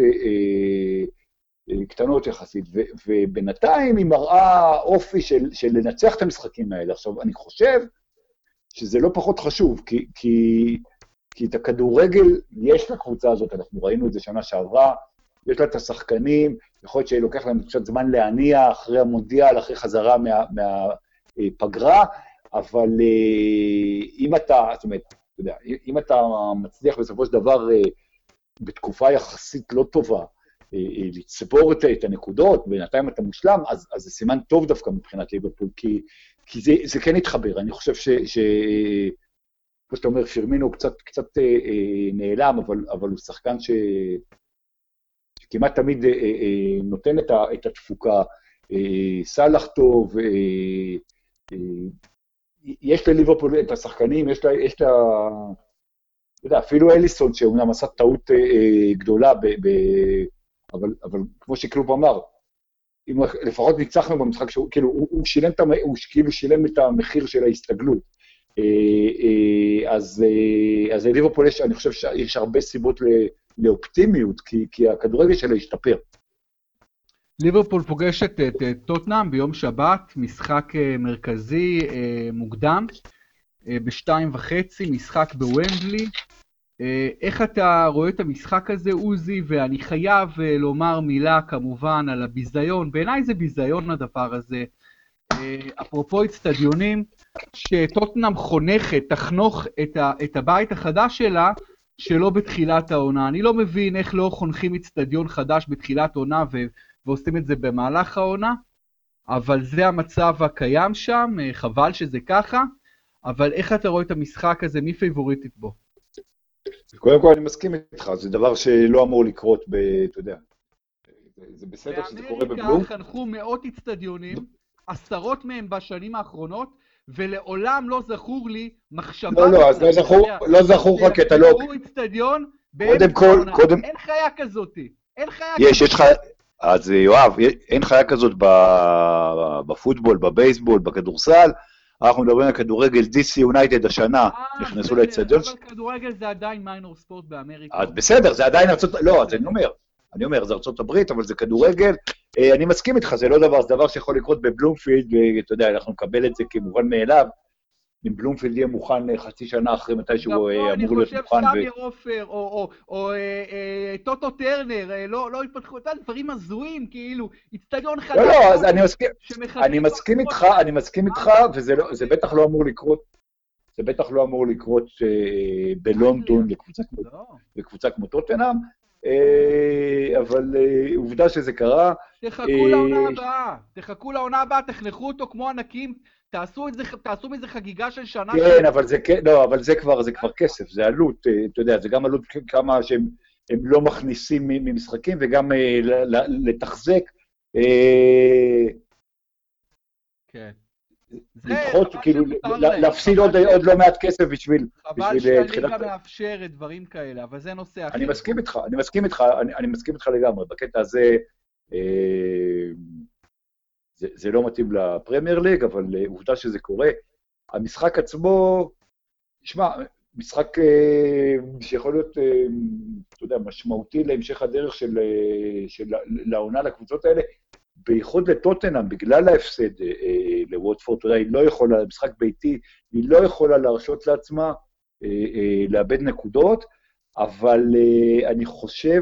קטנות יחסית, ובינתיים היא מראה אופי של, של לנצח את המשחקים האלה. עכשיו, אני חושב שזה לא פחות חשוב, כי, כי, כי את הכדורגל יש לקבוצה הזאת, אנחנו ראינו את זה שנה שעברה, יש לה את השחקנים, יכול להיות שלוקח להם קצת זמן להניע אחרי המונדיאל, אחרי חזרה מה, מהפגרה, אבל אם אתה, זאת אומרת, אתה יודע, אם אתה מצליח בסופו של דבר בתקופה יחסית לא טובה, לצבור את הנקודות, בינתיים אתה מושלם, אז, אז זה סימן טוב דווקא מבחינת ליברפול, כי, כי זה, זה כן התחבר. אני חושב ש, ש כמו שאתה אומר, פירמינו קצת, קצת אה, נעלם, אבל, אבל הוא שחקן ש, שכמעט תמיד אה, אה, נותן את, ה, את התפוקה, אה, סלח טוב, אה, אה, יש לליברפול את השחקנים, יש לה, יש לה, אתה יודע, אפילו אליסון, שאומנם עשה טעות אה, גדולה ב... ב אבל, אבל כמו שקלוב אמר, אם לפחות ניצחנו במשחק שהוא, כאילו, הוא, הוא שילם את, הוא כאילו שילם את המחיר של ההסתגלות. אז, אז ליברפול יש, אני חושב שיש הרבה סיבות לאופטימיות, כי, כי הכדורגל שלה השתפר. ליברפול פוגשת את טוטנהאם ביום שבת, משחק מרכזי מוקדם, בשתיים וחצי, משחק בוומבלי. איך אתה רואה את המשחק הזה, עוזי? ואני חייב לומר מילה כמובן על הביזיון, בעיניי זה ביזיון הדבר הזה, אפרופו אצטדיונים, שטוטנהאם חונכת, תחנוך את, ה, את הבית החדש שלה, שלא בתחילת העונה. אני לא מבין איך לא חונכים אצטדיון חדש בתחילת עונה, ו, ועושים את זה במהלך העונה, אבל זה המצב הקיים שם, חבל שזה ככה, אבל איך אתה רואה את המשחק הזה, מי פייבוריטית בו? קודם כל אני מסכים איתך, זה דבר שלא אמור לקרות ב... אתה יודע, זה בסדר שזה קורה בבלום. באמריקה חנכו מאות אצטדיונים, עשרות מהם בשנים האחרונות, ולעולם לא זכור לי מחשבה... לא, לא, אז לא זכור, לא זכור לך כי אתה לא... שיחקרו אצטדיון באמצע העונה. אין חיה כזאת, אין חיה כזאת. יש, יש לך... אז יואב, אין חיה כזאת בפוטבול, בבייסבול, בכדורסל, אנחנו מדברים על כדורגל די סי יונייטד השנה, נכנסו לאצטדיון. אבל כדורגל זה עדיין מיינור ספורט באמריקה. אז בסדר, זה עדיין ארצות... לא, אז אני אומר, אני אומר, זה ארצות הברית, אבל זה כדורגל. אני מסכים איתך, זה לא דבר, זה דבר שיכול לקרות בבלומפילד, ואתה יודע, אנחנו נקבל את זה כמובן מאליו, אם בלומפילד יהיה מוכן חצי שנה אחרי מתי שהוא אמור להיות מוכן. אני חושב סמי רופר, או טוטו טרנר, לא התפתחו, אותם דברים הזויים, כאילו, אצטדיון חדש. לא, לא, אז אני מסכים איתך, אני מסכים איתך, וזה בטח לא אמור לקרות, זה בטח לא אמור לקרות בלונדון לקבוצה כמו טוטנהאם, אבל עובדה שזה קרה. תחכו לעונה הבאה, תחכו לעונה הבאה, תחנכו אותו כמו ענקים, תעשו את זה, תעשו מזה חגיגה של שנה. כן, אבל זה כן, לא, אבל זה כבר, זה כבר כסף, זה עלות, אתה יודע, זה גם עלות כמה שהם הם לא מכניסים ממשחקים, וגם לתחזק. כן. לדחות, כאילו, להפסיד עוד לא מעט כסף בשביל... חבל שהליגה מאפשרת דברים כאלה, אבל זה נושא אחר. אני מסכים איתך, אני מסכים איתך, אני מסכים איתך לגמרי, בקטע הזה... זה, זה לא מתאים לפרמייר ליג, אבל עובדה שזה קורה. המשחק עצמו, תשמע, משחק שיכול להיות, אתה יודע, משמעותי להמשך הדרך של, של לעונה לקבוצות האלה, בייחוד לטוטנהאם, בגלל ההפסד לווטפורד, אתה יודע, היא לא יכולה, משחק ביתי, היא לא יכולה להרשות לעצמה לאבד נקודות, אבל אני חושב...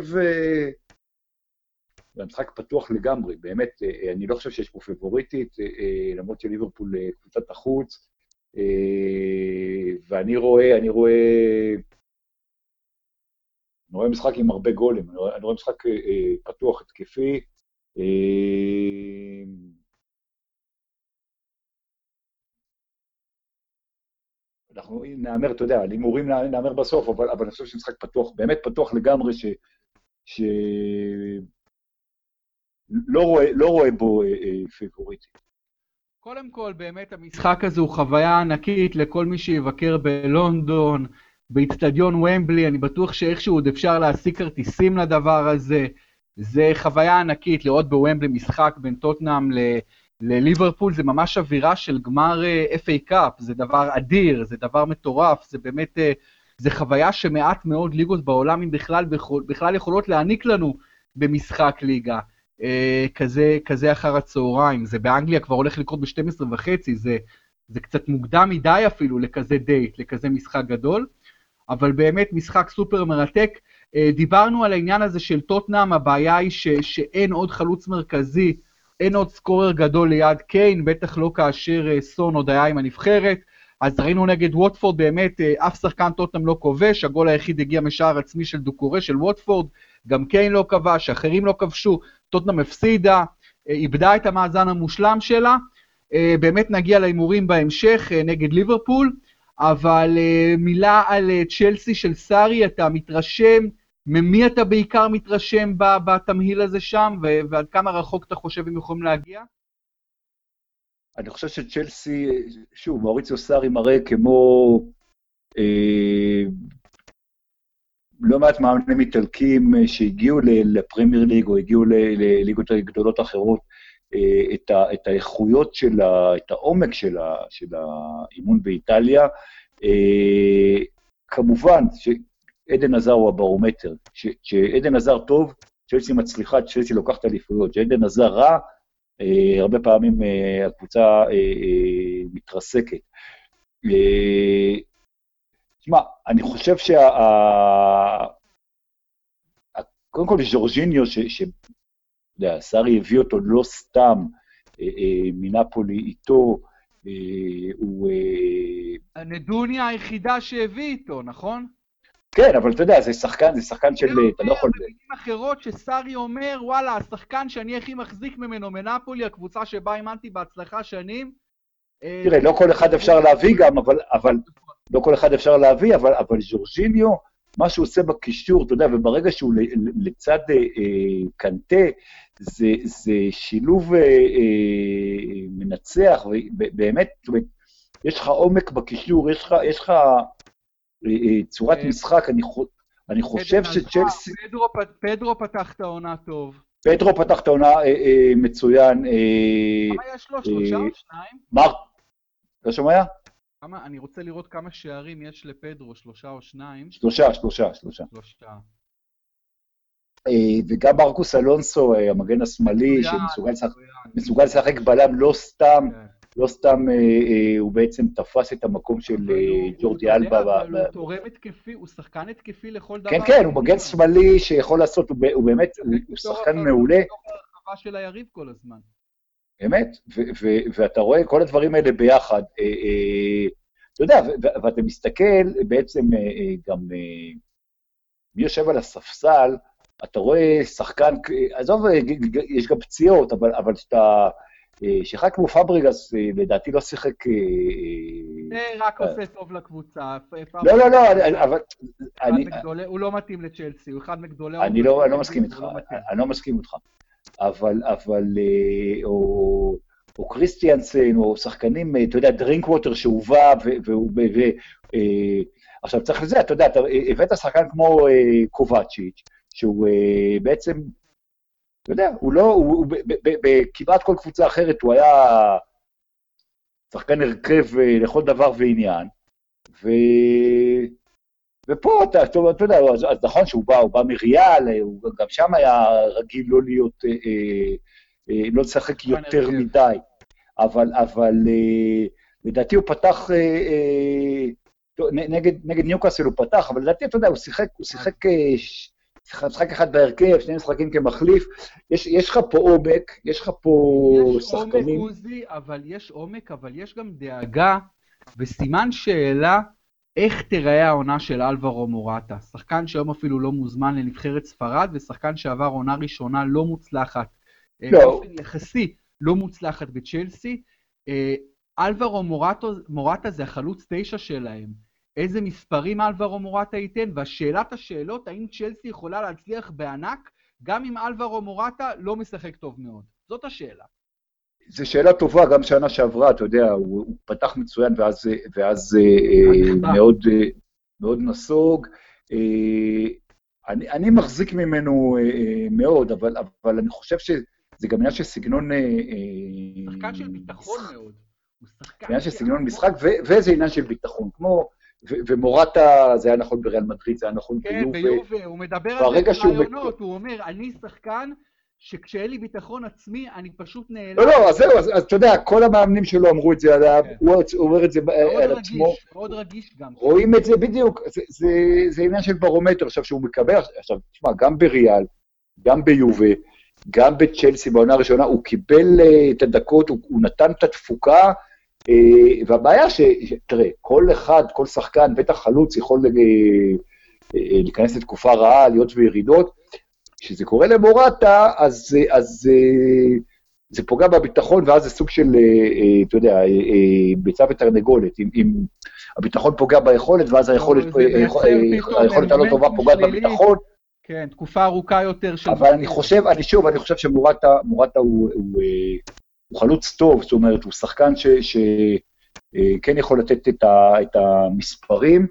המשחק פתוח לגמרי, באמת, אני לא חושב שיש פה פיבוריטית, למרות שליברפול קבוצת החוץ, ואני רואה, אני רואה, אני רואה משחק עם הרבה גולים, אני רואה משחק פתוח התקפי, אנחנו נאמר, אתה יודע, על הימורים נאמר בסוף, אבל, אבל אני חושב שמשחק פתוח, באמת פתוח לגמרי, ש... ש... לא רואה, לא רואה בו אה, אה, פיבוריטי. קודם כל, באמת המשחק הזה הוא חוויה ענקית לכל מי שיבקר בלונדון, באצטדיון ומבלי, אני בטוח שאיכשהו עוד אפשר להשיג כרטיסים לדבר הזה, זה חוויה ענקית לראות בוומבלי משחק בין טוטנהאם ל... לליברפול, זה ממש אווירה של גמר אף איי קאפ, זה דבר אדיר, זה דבר מטורף, זה באמת, זה חוויה שמעט מאוד ליגות בעולם, אם בכלל, בכלל יכולות להעניק לנו במשחק ליגה, כזה, כזה אחר הצהריים, זה באנגליה כבר הולך לקרות ב-שתים עשרה וחצי, זה, זה קצת מוקדם מדי אפילו לכזה דייט, לכזה משחק גדול, אבל באמת משחק סופר מרתק. דיברנו על העניין הזה של טוטנהאם, הבעיה היא ש, שאין עוד חלוץ מרכזי, אין עוד סקורר גדול ליד קיין, בטח לא כאשר סון עוד היה עם הנבחרת, אז ראינו נגד ווטפורד באמת אף שחקן טוטנהאם לא כובש, הגול היחיד הגיע משער עצמי של דוקורי של ווטפורד, גם קיין לא כבש, אחרים לא כבשו, טוטנהאם הפסידה, איבדה את המאזן המושלם שלה, באמת נגיע להימורים בהמשך נגד ליברפול, אבל מילה על צ'לסי של סארי, אתה מתרשם, ממי אתה בעיקר מתרשם בתמהיל הזה שם, ועד כמה רחוק אתה חושב אם יכולים להגיע? אני חושב שצ'לסי, שוב, מאוריציו סארי מראה כמו אה, לא מעט מאמנים איטלקים שהגיעו לפרמייר ליג, או הגיעו לליגות הגדולות אחרות, אה, את, ה, את האיכויות שלה, את העומק שלה, של האימון באיטליה, אה, כמובן, ש... עדן עזר הוא הברומטר, כשעדן עזר טוב, צ'לסי מצליחה, צ'לסי לוקחת אליפויות, כשעדן עזר רע, אה, הרבה פעמים אה, הקבוצה אה, אה, מתרסקת. אה, תשמע, אני חושב שה... ה... קודם כל ז'ורג'יניו, ש... ש... יודע, סארי הביא אותו לא סתם אה, אה, מנפולי איתו, אה, הוא... אה... הנדוניה היחידה שהביא איתו, נכון? כן, אבל אתה יודע, זה שחקן, זה שחקן של... אתה לא יכול... במילים אחרות שסארי אומר, וואלה, השחקן שאני הכי מחזיק ממנו מנפולי, הקבוצה שבה אימנתי בהצלחה שנים. תראה, לא כל אחד אפשר להביא גם, אבל, אבל, לא כל אחד אפשר להביא, אבל, אבל ז'ורג'יניו, מה שהוא עושה בקישור, אתה יודע, וברגע שהוא לצד אה, קנטה, זה, זה שילוב אה, אה, מנצח, ובאמת, יש לך עומק בקישור, יש לך, יש לך, צורת משחק, אני חושב שצ'לסי... פדרו פתח את העונה טוב. פדרו פתח את העונה מצוין. כמה יש לו? שלושה או שניים? מה? לא שומע? אני רוצה לראות כמה שערים יש לפדרו, שלושה או שניים. שלושה, שלושה, שלושה. שלושה. וגם מרקוס אלונסו, המגן השמאלי, שמסוגל לשחק בלם לא סתם, לא סתם הוא בעצם תפס את המקום של ג'ורדי אלבה. אבל הוא תורם התקפי, הוא שחקן התקפי לכל דבר. כן, כן, הוא מגן שמאלי שיכול לעשות, הוא באמת, הוא שחקן מעולה. הוא בתוך הרחבה של היריב כל הזמן. באמת, ואתה רואה כל הדברים האלה ביחד, אתה יודע, ואתה מסתכל בעצם גם, מי יושב על הספסל, אתה רואה שחקן, עזוב, יש גם פציעות, אבל שאתה, שחק כמו פאבריגס, לדעתי לא שיחק... זה רק עושה טוב לקבוצה. לא, לא, לא, אבל... הוא לא מתאים לצ'לסי, הוא אחד מגדולי... אני לא מסכים איתך, אני לא מסכים איתך. אבל, אבל, או קריסטיאנסן, או שחקנים, אתה יודע, דרינקווטר שהובא, והוא... עכשיו, צריך לזה, אתה יודע, הבאת שחקן כמו קובצ'יץ', שהוא בעצם... אתה יודע, הוא לא, הוא, בכמעט כל קבוצה אחרת, הוא היה שחקן הרכב לכל דבר ועניין, ו... ופה, אתה, אתה יודע, אז נכון שהוא בא, הוא בא מריאל, הוא גם שם היה רגיל לא להיות, אה, אה, לא לשחק יותר מדי, אבל, אבל אה, לדעתי הוא פתח, אה, אה, נגד, נגד ניוקאסל הוא פתח, אבל לדעתי, אתה יודע, הוא שיחק, הוא שיחק, אה, משחק אחד בהרכב, שני משחקים כמחליף, יש, יש לך פה עומק, יש לך פה יש שחקנים. יש עומק עוזי, אבל יש עומק, אבל יש גם דאגה, וסימן שאלה, איך תראה העונה של אלברו מורטה? שחקן שהיום אפילו לא מוזמן לנבחרת ספרד, ושחקן שעבר עונה ראשונה לא מוצלחת, לא. באופן יחסי לא מוצלחת בצ'לסי. אלברו מורטה, מורטה זה החלוץ תשע שלהם. איזה מספרים אלברו מורטה ייתן? והשאלת השאלות, האם צ'לסי יכולה להצליח בענק, גם אם אלברו מורטה לא משחק טוב מאוד? זאת השאלה. זו שאלה טובה, גם שנה שעברה, אתה יודע, הוא, הוא פתח מצוין, ואז, ואז אה, מאוד, מאוד נסוג. אני, אני מחזיק ממנו מאוד, אבל, אבל אני חושב שזה גם עניין של סגנון... שחקן של ביטחון מאוד. הוא שחקן עניין של סגנון משחק, וזה עניין של ביטחון, כמו... ומורטה, זה היה נכון בריאל מדריד, זה היה נכון ביובה. כן, ביובה, הוא מדבר על זה ברעיונות, הוא אומר, אני שחקן שכשאין לי ביטחון עצמי, אני פשוט נעלם. לא, לא, אז זהו, אז אתה יודע, כל המאמנים שלו אמרו את זה עליו, הוא אומר את זה על עצמו. מאוד רגיש גם. רואים את זה בדיוק, זה עניין של ברומטר, עכשיו שהוא מקבל, עכשיו, תשמע, גם בריאל, גם ביובה, גם בצ'לסי בעונה הראשונה, הוא קיבל את הדקות, הוא נתן את התפוקה, והבעיה ש... תראה, כל אחד, כל שחקן, בטח חלוץ, יכול להיכנס לתקופה רעה, להיות בירידות, כשזה קורה למורטה, אז, אז זה פוגע בביטחון, ואז זה סוג של, אתה יודע, ביצה ותרנגולת, אם, אם הביטחון פוגע ביכולת, ואז היכולת, היכולת הלא טובה פוגעת בביטחון. כן, תקופה ארוכה יותר של... אבל אני חושב, אני שוב, אני חושב שמורטה, מורטה הוא... הוא הוא חלוץ טוב, זאת אומרת, הוא שחקן שכן יכול לתת את המספרים.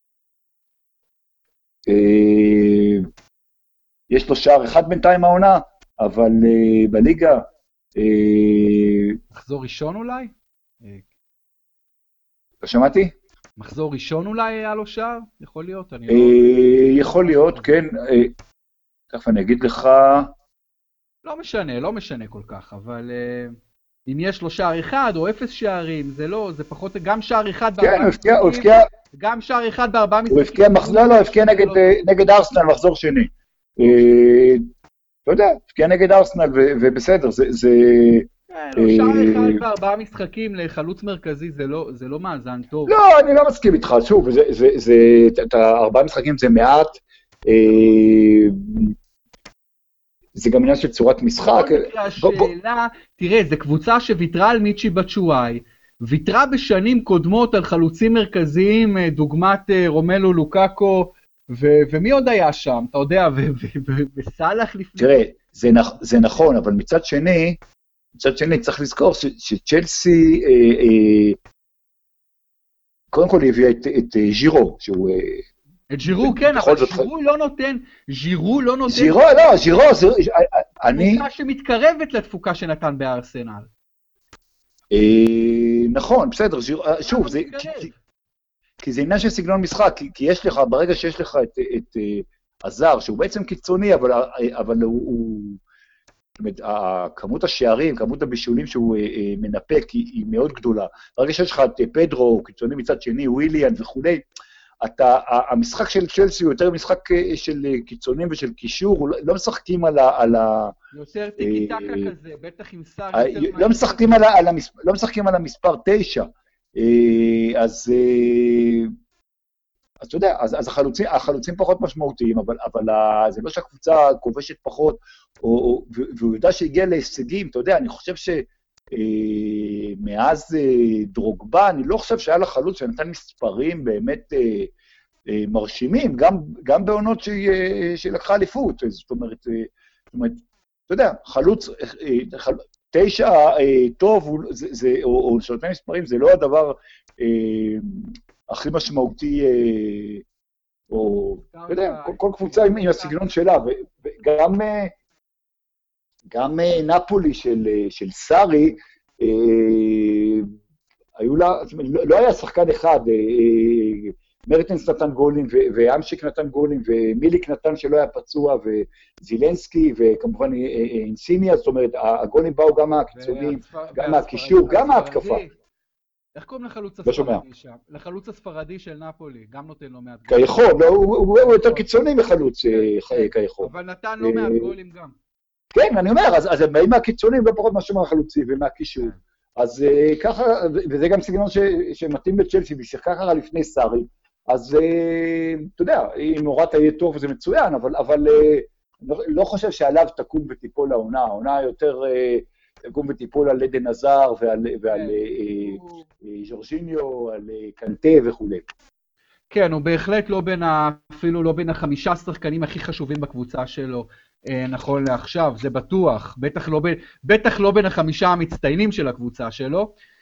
יש לו שער אחד בינתיים העונה, אבל בליגה... מחזור ראשון אולי? לא שמעתי? מחזור ראשון אולי היה לו שער? יכול להיות? יכול להיות, כן. תכף אני אגיד לך... לא משנה, לא משנה כל כך, אבל uh, אם יש לו שער אחד או אפס שערים, זה לא, זה פחות, גם שער אחד בארבעה כן, משחקים, הוא הפקיע, גם שער אחד בארבעה משחקים. הוא הפקיע, לא, לא, הפקיע נגד, לא... נגד ארסנל, מחזור שני. אה, אתה יודע, הפקיע נגד ארסנל, ו- ובסדר, זה... זה כן, לא, שער אחד בארבעה משחקים לחלוץ מרכזי, זה לא, זה לא מאזן טוב. לא, אני לא מסכים איתך, שוב, זה, זה, זה, את הארבעה משחקים זה מעט, אה, זה גם עניין של צורת משחק. השאלה, תראה, זו קבוצה שוויתרה על מיצ'י בצ'ואי, ויתרה בשנים קודמות על חלוצים מרכזיים, דוגמת רומלו לוקאקו, ומי עוד היה שם, אתה יודע, וסלח לפני... תראה, זה נכון, אבל מצד שני, מצד שני צריך לזכור שצ'לסי, קודם כל הביאה את ז'ירו, שהוא... את ז'ירו, כן, אבל ז'ירו לא נותן, ז'ירו לא נותן... ז'ירו, לא, ז'ירו, אני... תפוקה שמתקרבת לתפוקה שנתן בארסנל. נכון, בסדר, שוב, כי זה עניין של סגנון משחק, כי יש לך, ברגע שיש לך את הזר, שהוא בעצם קיצוני, אבל הוא... זאת אומרת, כמות השערים, כמות הבישולים שהוא מנפק היא מאוד גדולה. ברגע שיש לך את פדרו, קיצוני מצד שני, וויליאן וכולי, אתה, המשחק של צ'לסי הוא יותר משחק של קיצונים ושל קישור, לא משחקים על ה... על ה יותר טיקי-טקה כזה, בטח עם סאר. לא משחקים על ה, על המספר, לא משחקים על המספר תשע, אז, אז אתה יודע, אז, אז החלוצים, החלוצים פחות משמעותיים, אבל, אבל זה לא שהקבוצה כובשת פחות, או, והוא יודע שהגיע להישגים, אתה יודע, אני חושב ש... מאז דרוגבה, אני לא חושב שהיה לה חלוץ שנתן מספרים באמת מרשימים, גם, גם בעונות שלקחה אליפות, זאת אומרת, זאת אומרת, אתה יודע, חלוץ, תשע טוב, זה, זה, או, או שנתן מספרים, זה לא הדבר הכי משמעותי, או, אתה יודע, כל, כל קבוצה עם הסגנון שלה, וגם... גם נפולי של, של סארי, אה, היו לה, לא היה שחקן אחד, אה, מרטנס נתן גולים, ואמשיק נתן גולים, ומיליק נתן שלא היה פצוע, וזילנסקי, וכמובן אינסיניה, זאת אומרת, הגולים באו גם מהקיצונים, גם מהקישור, גם מההתקפה. איך קוראים לחלוץ הספרדי שם? לחלוץ הספרדי של נפולי, גם נותן לו מעט גולים. כיכול, הוא יותר קיצוני מחלוץ כיכול. אבל נתן לו מעט גולים גם. כן, אני אומר, אז, אז הם באים מהקיצונים, לא פחות משהו מהחלוצי ומהקישור. אז uh, ככה, וזה גם סגנון ש, שמתאים בצ'לסי, ושיחקה ככה לפני סארי, אז uh, אתה יודע, אם מורטה יהיה טוב זה מצוין, אבל, אבל uh, לא, לא חושב שעליו תקום ותיפול העונה, העונה יותר uh, תקום ותיפול על עדן עזר ועל, ועל uh, uh, ז'ורג'יניו, על uh, קנטה וכו'. כן, הוא בהחלט לא בין, אפילו לא בין החמישה שחקנים הכי חשובים בקבוצה שלו, נכון לעכשיו, זה בטוח, בטח לא בין, בטח לא בין החמישה המצטיינים של הקבוצה שלו.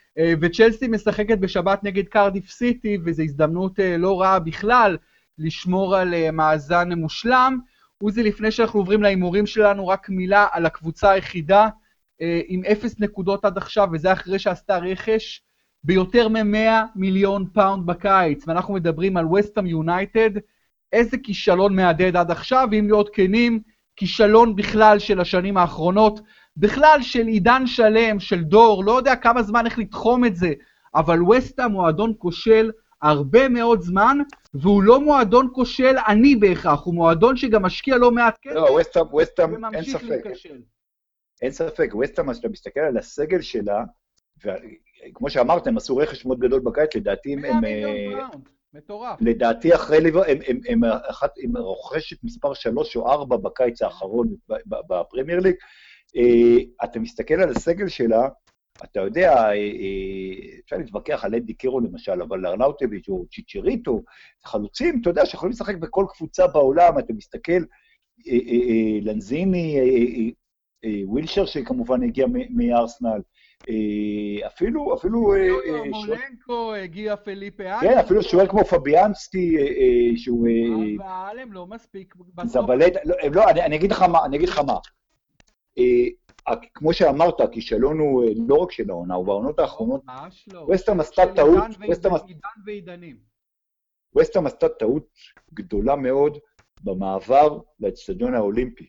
וצ'לסי משחקת בשבת נגד קרדיף סיטי, וזו הזדמנות לא רעה בכלל לשמור על מאזן מושלם. עוזי, לפני שאנחנו עוברים להימורים שלנו, רק מילה על הקבוצה היחידה, עם אפס נקודות עד עכשיו, וזה אחרי שעשתה רכש ביותר מ-מאה מיליון פאונד בקיץ, ואנחנו מדברים על וסטהאם יונייטד. איזה כישלון מהדהד עד עכשיו, ואם להיות כנים, כישלון בכלל של השנים האחרונות, בכלל של עידן שלם, של דור, לא יודע כמה זמן איך לתחום את זה, אבל וסטהאם מועדון כושל הרבה מאוד זמן, והוא לא מועדון כושל עני בהכרח, הוא מועדון שגם משקיע לא מעט כסף, לא, וסטהאם, וסטהאם, אין וממשיך ספק. להיכשל. אין ספק, וסטהאם, כשאתה מסתכל על הסגל שלה, וכמו שאמרת, הם עשו רכש מאוד גדול בקיץ, לדעתי הם... מאה מיליון פאונד, מטורף. לדעתי אחרי ליבר, הם, הם, הם, אחת, הם רוכשת מספר שלוש או ארבע בקיץ האחרון בפרמייר ליג. אתה מסתכל על הסגל שלה, אתה יודע, אפשר להתווכח על אדי קירו למשל, אבל ארנאוטוביץ' או צ'יצ'ריטו, חלוצים, אתה יודע, שיכולים לשחק בכל קבוצה בעולם, אתה מסתכל, לנזיני, ווילשר שכמובן הגיע מארסנל, אפילו, אפילו... מולנקו, הגיע פליפה אנגל. כן, אפילו שוער כמו פביאנסקי, שהוא... אבל הם לא מספיק... זבלט, לא, אני אגיד לך מה, אני אגיד לך מה. כמו שאמרת, הכישלון הוא לא רק של העונה, הוא בעונות האחרונות. ממש לא. וסטהאם עשתה טעות... עידן ועידנים. וסטהאם עשתה טעות גדולה מאוד במעבר לאצטדיון האולימפי.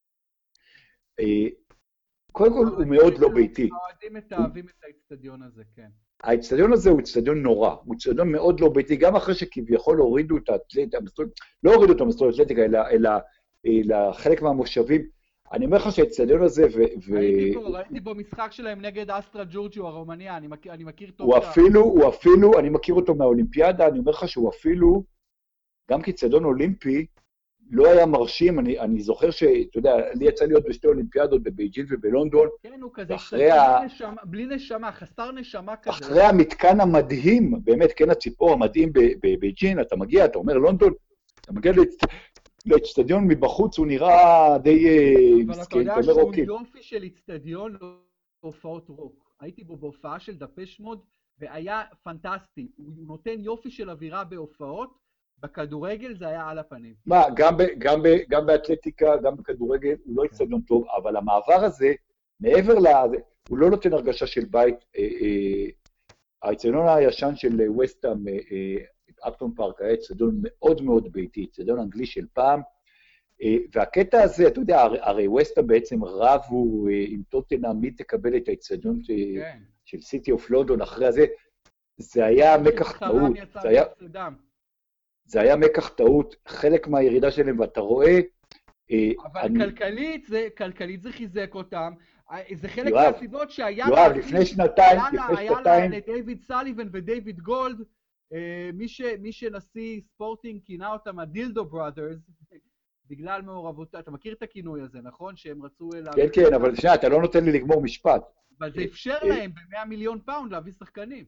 קודם כל הוא מאוד לא ביתי. האוהדים מתאהבים את האצטדיון הזה, כן. האצטדיון הזה הוא אצטדיון נורא, הוא אצטדיון מאוד לא ביתי, גם אחרי שכביכול הורידו את האתלטיקה, לא הורידו את המסלול האתלטיקה, אלא חלק מהמושבים. אני אומר לך שהאצטדיון הזה ו... ראיתי פה, ראיתי בו משחק שלהם נגד אסטרה ג'ורג'יו הרומניה, אני מכיר טוב. הוא אפילו, הוא אפילו, אני מכיר אותו מהאולימפיאדה, אני אומר לך שהוא אפילו, גם כאצטדיון אולימפי, לא היה מרשים, אני, אני זוכר שאתה יודע, לי יצא להיות בשתי אולימפיאדות בבייג'ין ובלונדון. כן, הוא כזה, ה... נשמה, בלי נשמה, חסר נשמה כזה. אחרי המתקן המדהים, באמת, כן הציפור המדהים בבייג'ין, אתה מגיע, אתה אומר לונדון, אתה מגיע לאצטדיון מבחוץ, הוא נראה די מסכן. אבל אתה יודע שהוא יופי של אצטדיון להופעות רוק. הייתי בו בהופעה של דפש מוד, והיה פנטסטי. הוא נותן יופי של אווירה בהופעות, בכדורגל זה היה על הפנים. מה, גם, ב, גם, ב, גם באתלטיקה, גם בכדורגל, הוא לא אצטדיון טוב, אבל המעבר הזה, מעבר לזה, הוא לא נותן הרגשה של בית. אה, אה, האצטדיון הישן של וסטהאם, אה, אפטון פארק, היה אצטדיון מאוד מאוד ביתי, אצטדיון אנגלי של פעם, אה, והקטע הזה, אתה יודע, הרי, הרי וסטהאם בעצם רבו אה, עם טוטנהאם, מי תקבל את האצטדיון אה, כן. של סיטי אוף לונדון אחרי הזה, זה היה מקח טעות, זה היה... זה היה מקח טעות, חלק מהירידה שלהם, ואתה רואה... אבל אני... כלכלית, זה, כלכלית זה חיזק אותם, זה חלק יואב, מהסיבות שהיה... יואב, לה, לפני שנתיים, לפני היה שנתיים... היה לדייוויד סליבן ודייוויד גולד, מי, ש, מי שנשיא ספורטינג כינה אותם הדילדו בראדרס, בגלל מעורבות, אתה מכיר את הכינוי הזה, נכון? שהם רצו... כן, כן, אבל שנייה, אתה לא נותן לי לגמור משפט. אבל זה אפשר להם ב-מאה מיליון פאונד להביא שחקנים.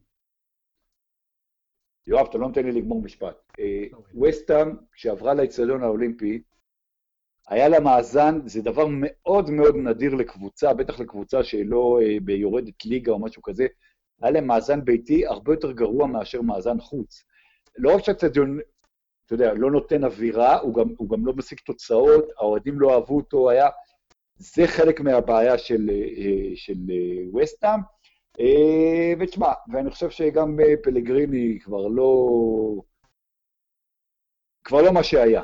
יואב, אתה לא נותן לי לגמור משפט. וסטהאם, כשעברה לאצטדיון האולימפי, היה לה מאזן, זה דבר מאוד מאוד נדיר לקבוצה, בטח לקבוצה שלא ביורדת ליגה או משהו כזה, היה לה מאזן ביתי הרבה יותר גרוע מאשר מאזן חוץ. לא רק שהאצטדיון, אתה יודע, לא נותן אווירה, הוא גם, הוא גם לא משיג תוצאות, האוהדים לא אהבו אותו, היה, זה חלק מהבעיה של, של וסטהאם, ותשמע, ואני חושב שגם פלגריני כבר לא, כבר לא מה שהיה.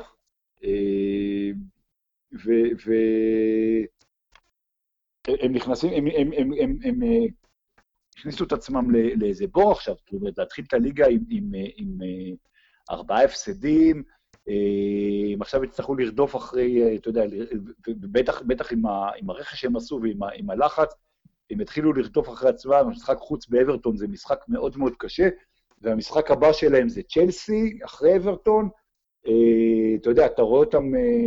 והם נכנסים, הם, הם, הם, הם, הם הכניסו את עצמם לאיזה בור עכשיו, זאת אומרת, להתחיל את הליגה עם, עם, עם ארבעה הפסדים, הם עכשיו יצטרכו לרדוף אחרי, אתה יודע, ובטח, בטח עם, ה, עם הרכש שהם עשו ועם ה, עם הלחץ, הם התחילו לרדוף אחרי עצמם, המשחק חוץ באברטון זה משחק מאוד מאוד קשה, והמשחק הבא שלהם זה צ'לסי, אחרי אברטון, אתה יודע, אתה רואה אותם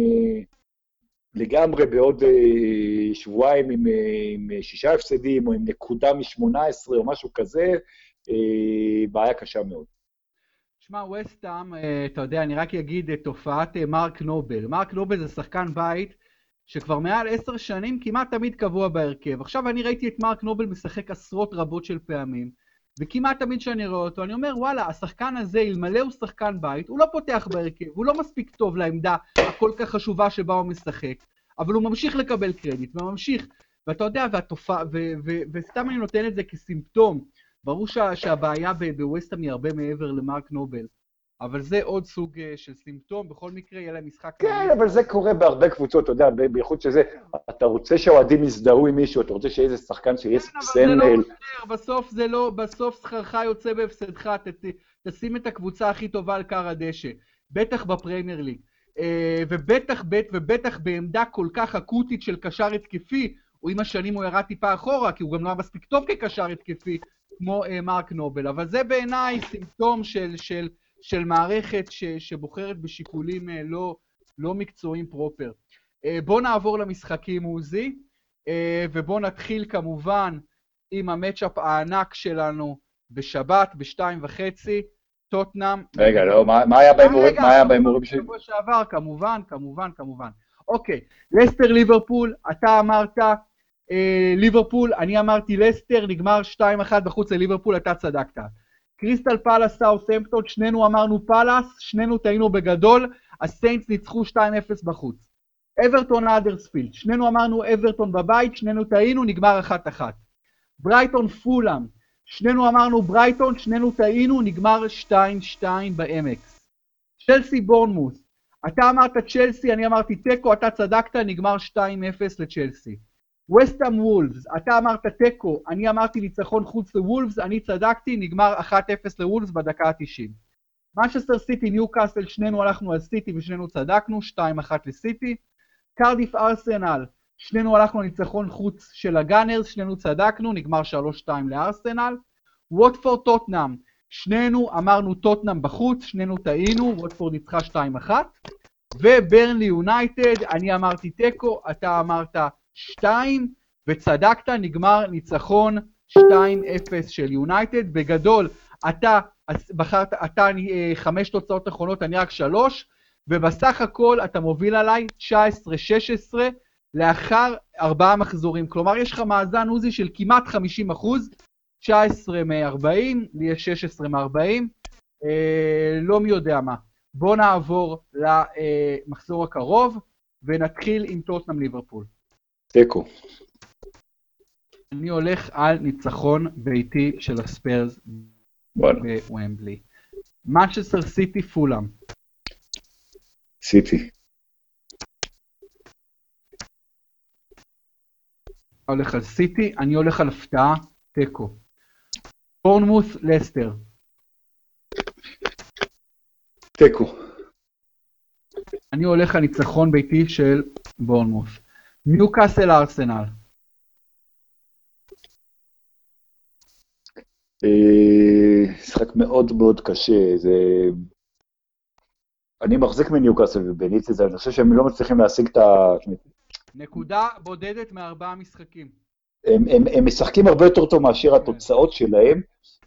לגמרי בעוד שבועיים עם, עם שישה הפסדים, או עם נקודה מ-שמונה עשרה או משהו כזה, בעיה קשה מאוד. שמע, וסטהאם, אתה יודע, אני רק אגיד את תופעת מרק נובל. מרק נובל זה שחקן בית, שכבר מעל עשר שנים כמעט תמיד קבוע בהרכב. עכשיו אני ראיתי את מרק נובל משחק עשרות רבות של פעמים, וכמעט תמיד שאני רואה אותו, אני אומר, וואלה, השחקן הזה, אלמלא הוא שחקן בית, הוא לא פותח בהרכב, הוא לא מספיק טוב לעמדה הכל כך חשובה שבה הוא משחק, אבל הוא ממשיך לקבל קרדיט, וממשיך, ואתה יודע, והתופעה, ו- ו- וסתם אני נותן את זה כסימפטום, ברור שה- שהבעיה בווסטהאם היא הרבה מעבר למרק נובל, אבל זה עוד סוג של סימפטום, בכל מקרה יהיה להם משחק... כן, אבל זה קורה בהרבה קבוצות, אתה יודע, בייחוד שזה, אתה רוצה שהאוהדים יזדהו עם מישהו, אתה רוצה שיהיה איזה שחקן שיהיה סמל. כן, אבל זה לא עוזר, בסוף זה לא, בסוף שכרך יוצא בהפסדך, תשים את הקבוצה הכי טובה על קר הדשא, בטח בפרמייר ליג, ובטח, ובטח בעמדה כל כך אקוטית של קשר התקפי, או עם השנים הוא ירד טיפה אחורה, כי הוא גם לא היה מספיק טוב כקשר התקפי, כמו מרק נובל, אבל זה בעיניי סימפטום של... של של מערכת ש, שבוחרת בשיקולים לא, לא מקצועיים פרופר. בוא נעבור למשחקים עוזי, ובוא נתחיל כמובן עם המצ'אפ הענק שלנו בשבת, בשתיים וחצי, טוטנאם. רגע, לא, מה, מה היה בהימורים? מה היה בהימורים שלי? בשבוע שעבר, כמובן, כמובן, כמובן. אוקיי, לסטר ליברפול, אתה אמרת אה, ליברפול, אני אמרתי לסטר, נגמר שתיים אחת בחוץ לליברפול, אתה צדקת. קריסטל פלאס סאות'המפטון, שנינו אמרנו פלאס, שנינו טעינו בגדול, הסיינטס ניצחו שתיים אפס בחוץ. אברטון אדרספילד, שנינו אמרנו אברטון בבית, שנינו טעינו, נגמר אחת אחת. ברייטון פולאם, שנינו אמרנו ברייטון, שנינו טעינו, נגמר שתיים שתיים באמקס. צ'לסי בורנמות', אתה אמרת צ'לסי, אני אמרתי טקו, אתה צדקת, נגמר שתיים אפס לצ'לסי. וסטהאם וולפס, אתה אמרת טקו, אני אמרתי ניצחון חוץ לוולפס, אני צדקתי, נגמר אחת אפס לוולפס בדקה ה-תשעים. מנצ'סטר סיטי ניוקאסל, שנינו הלכנו על סיטי ושנינו צדקנו, שתיים אחת לסיטי. קרדיף ארסנל, שנינו הלכנו על ניצחון חוץ של הגאנרס, שנינו צדקנו, נגמר שלוש שתיים לארסנל. ווטפורד טוטנאם, שנינו אמרנו טוטנאם בחוץ, שנינו טעינו, ווטפורד ניצחה שתיים אחת. וברנלי יונייטד, אני אמרתי טקו, אתה אמרת שתיים, וצדקת, נגמר ניצחון שתיים אפס של יונייטד. בגדול, אתה בחרת, אתה חמש תוצאות אחרונות, אני רק שלוש, ובסך הכל אתה מוביל עליי תשע עשרה שש עשרה לאחר ארבעה מחזורים. כלומר, יש לך מאזן עוזי של כמעט חמישים אחוז, תשע עשרה מ-ארבעים, לי יש שש עשרה מ-ארבעים, אה, לא מי יודע מה. בוא נעבור למחזור הקרוב, ונתחיל עם טוטנהאם ליברפול. תיקו. אני הולך על ניצחון ביתי של הספיירס בוומבלי. מנצ'סטר סיטי פולאם. סיטי. הולך על סיטי, אני הולך על הפתעה, תיקו. בורנמות' לסטר. תיקו. אני הולך על ניצחון ביתי של בורנמות'. ניוקאסל ארסנל. משחק מאוד מאוד קשה, זה... אני מחזיק מניוקאסל ובניתי את זה, אני חושב שהם לא מצליחים להשיג את ה... נקודה בודדת מארבעה משחקים. הם, הם, הם משחקים הרבה יותר טוב מאשר התוצאות שלהם.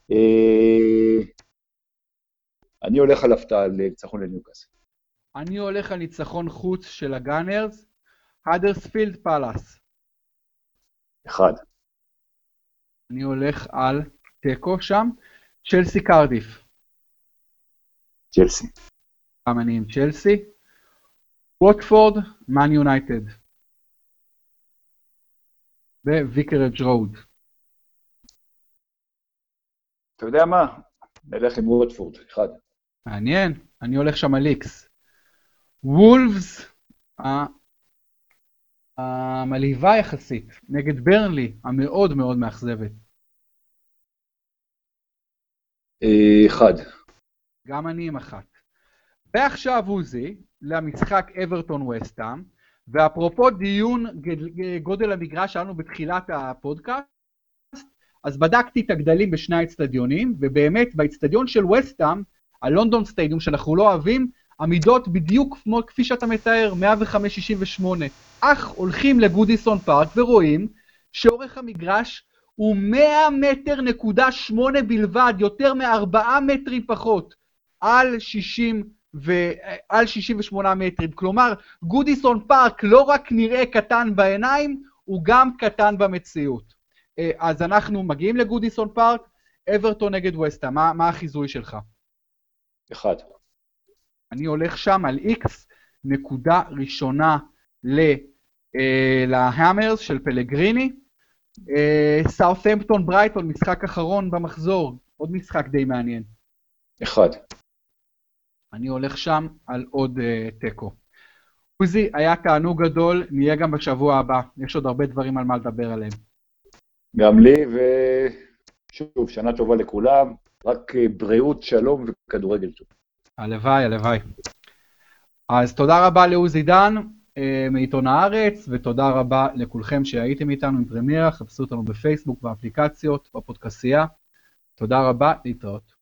אני הולך על הפתעה לניצחון לניוקאסל. אני הולך על ניצחון חוץ של הגאנרס. האדרספילד פלאס. אחד. אני הולך על טקו שם. צ'לסי קרדיף. צ'לסי. גם אני עם צ'לסי. ווטפורד, מן יונייטד. וויקרג' רוד. אתה יודע מה? נלך עם ווטפורד, אחד. מעניין, אני הולך שם על איקס. וולפס, המלהיבה יחסית, נגד ברנלי, המאוד מאוד מאכזבת. אחד. גם אני עם אחת. ועכשיו עוזי, למשחק אברטון וסטהאם, ואפרופו דיון גודל המגרש שלנו בתחילת הפודקאסט, אז בדקתי את הגדלים בשני האצטדיונים, ובאמת באצטדיון של וסטהאם, הלונדון סטדיום שאנחנו לא אוהבים, עמידות בדיוק כמו כפי שאתה מתאר, מאה וחמש שישים ושמונה. אך הולכים לגודיסון פארק ורואים שאורך המגרש הוא מאה מטר נקודה שמונה בלבד, יותר מארבעה מטרים פחות, על שישים ועל שישים ושמונה מטרים. כלומר, גודיסון פארק לא רק נראה קטן בעיניים, הוא גם קטן במציאות. אז אנחנו מגיעים לגודיסון פארק, אברטון נגד וסטהאם, מה, מה החיזוי שלך? אחד. אני הולך שם על איקס, נקודה ראשונה ל, אה, להמרס של פלגריני, אה, סאות'המפטון ברייטון, משחק אחרון במחזור, עוד משחק די מעניין. אחד. אני הולך שם על עוד אה, טקו. עוזי, היה תענוג גדול, נהיה גם בשבוע הבא, יש עוד הרבה דברים על מה לדבר עליהם. גם לי, ושוב, שנה טובה לכולם, רק בריאות, שלום וכדורגל טוב. הלוואי, הלוואי. אז תודה רבה לעוזי דן אה, מעיתון הארץ, ותודה רבה לכולכם שהייתם איתנו עם פרמיירה, חפשו אותנו בפייסבוק, באפליקציות, בפודקאסטייה. תודה רבה, להתראות.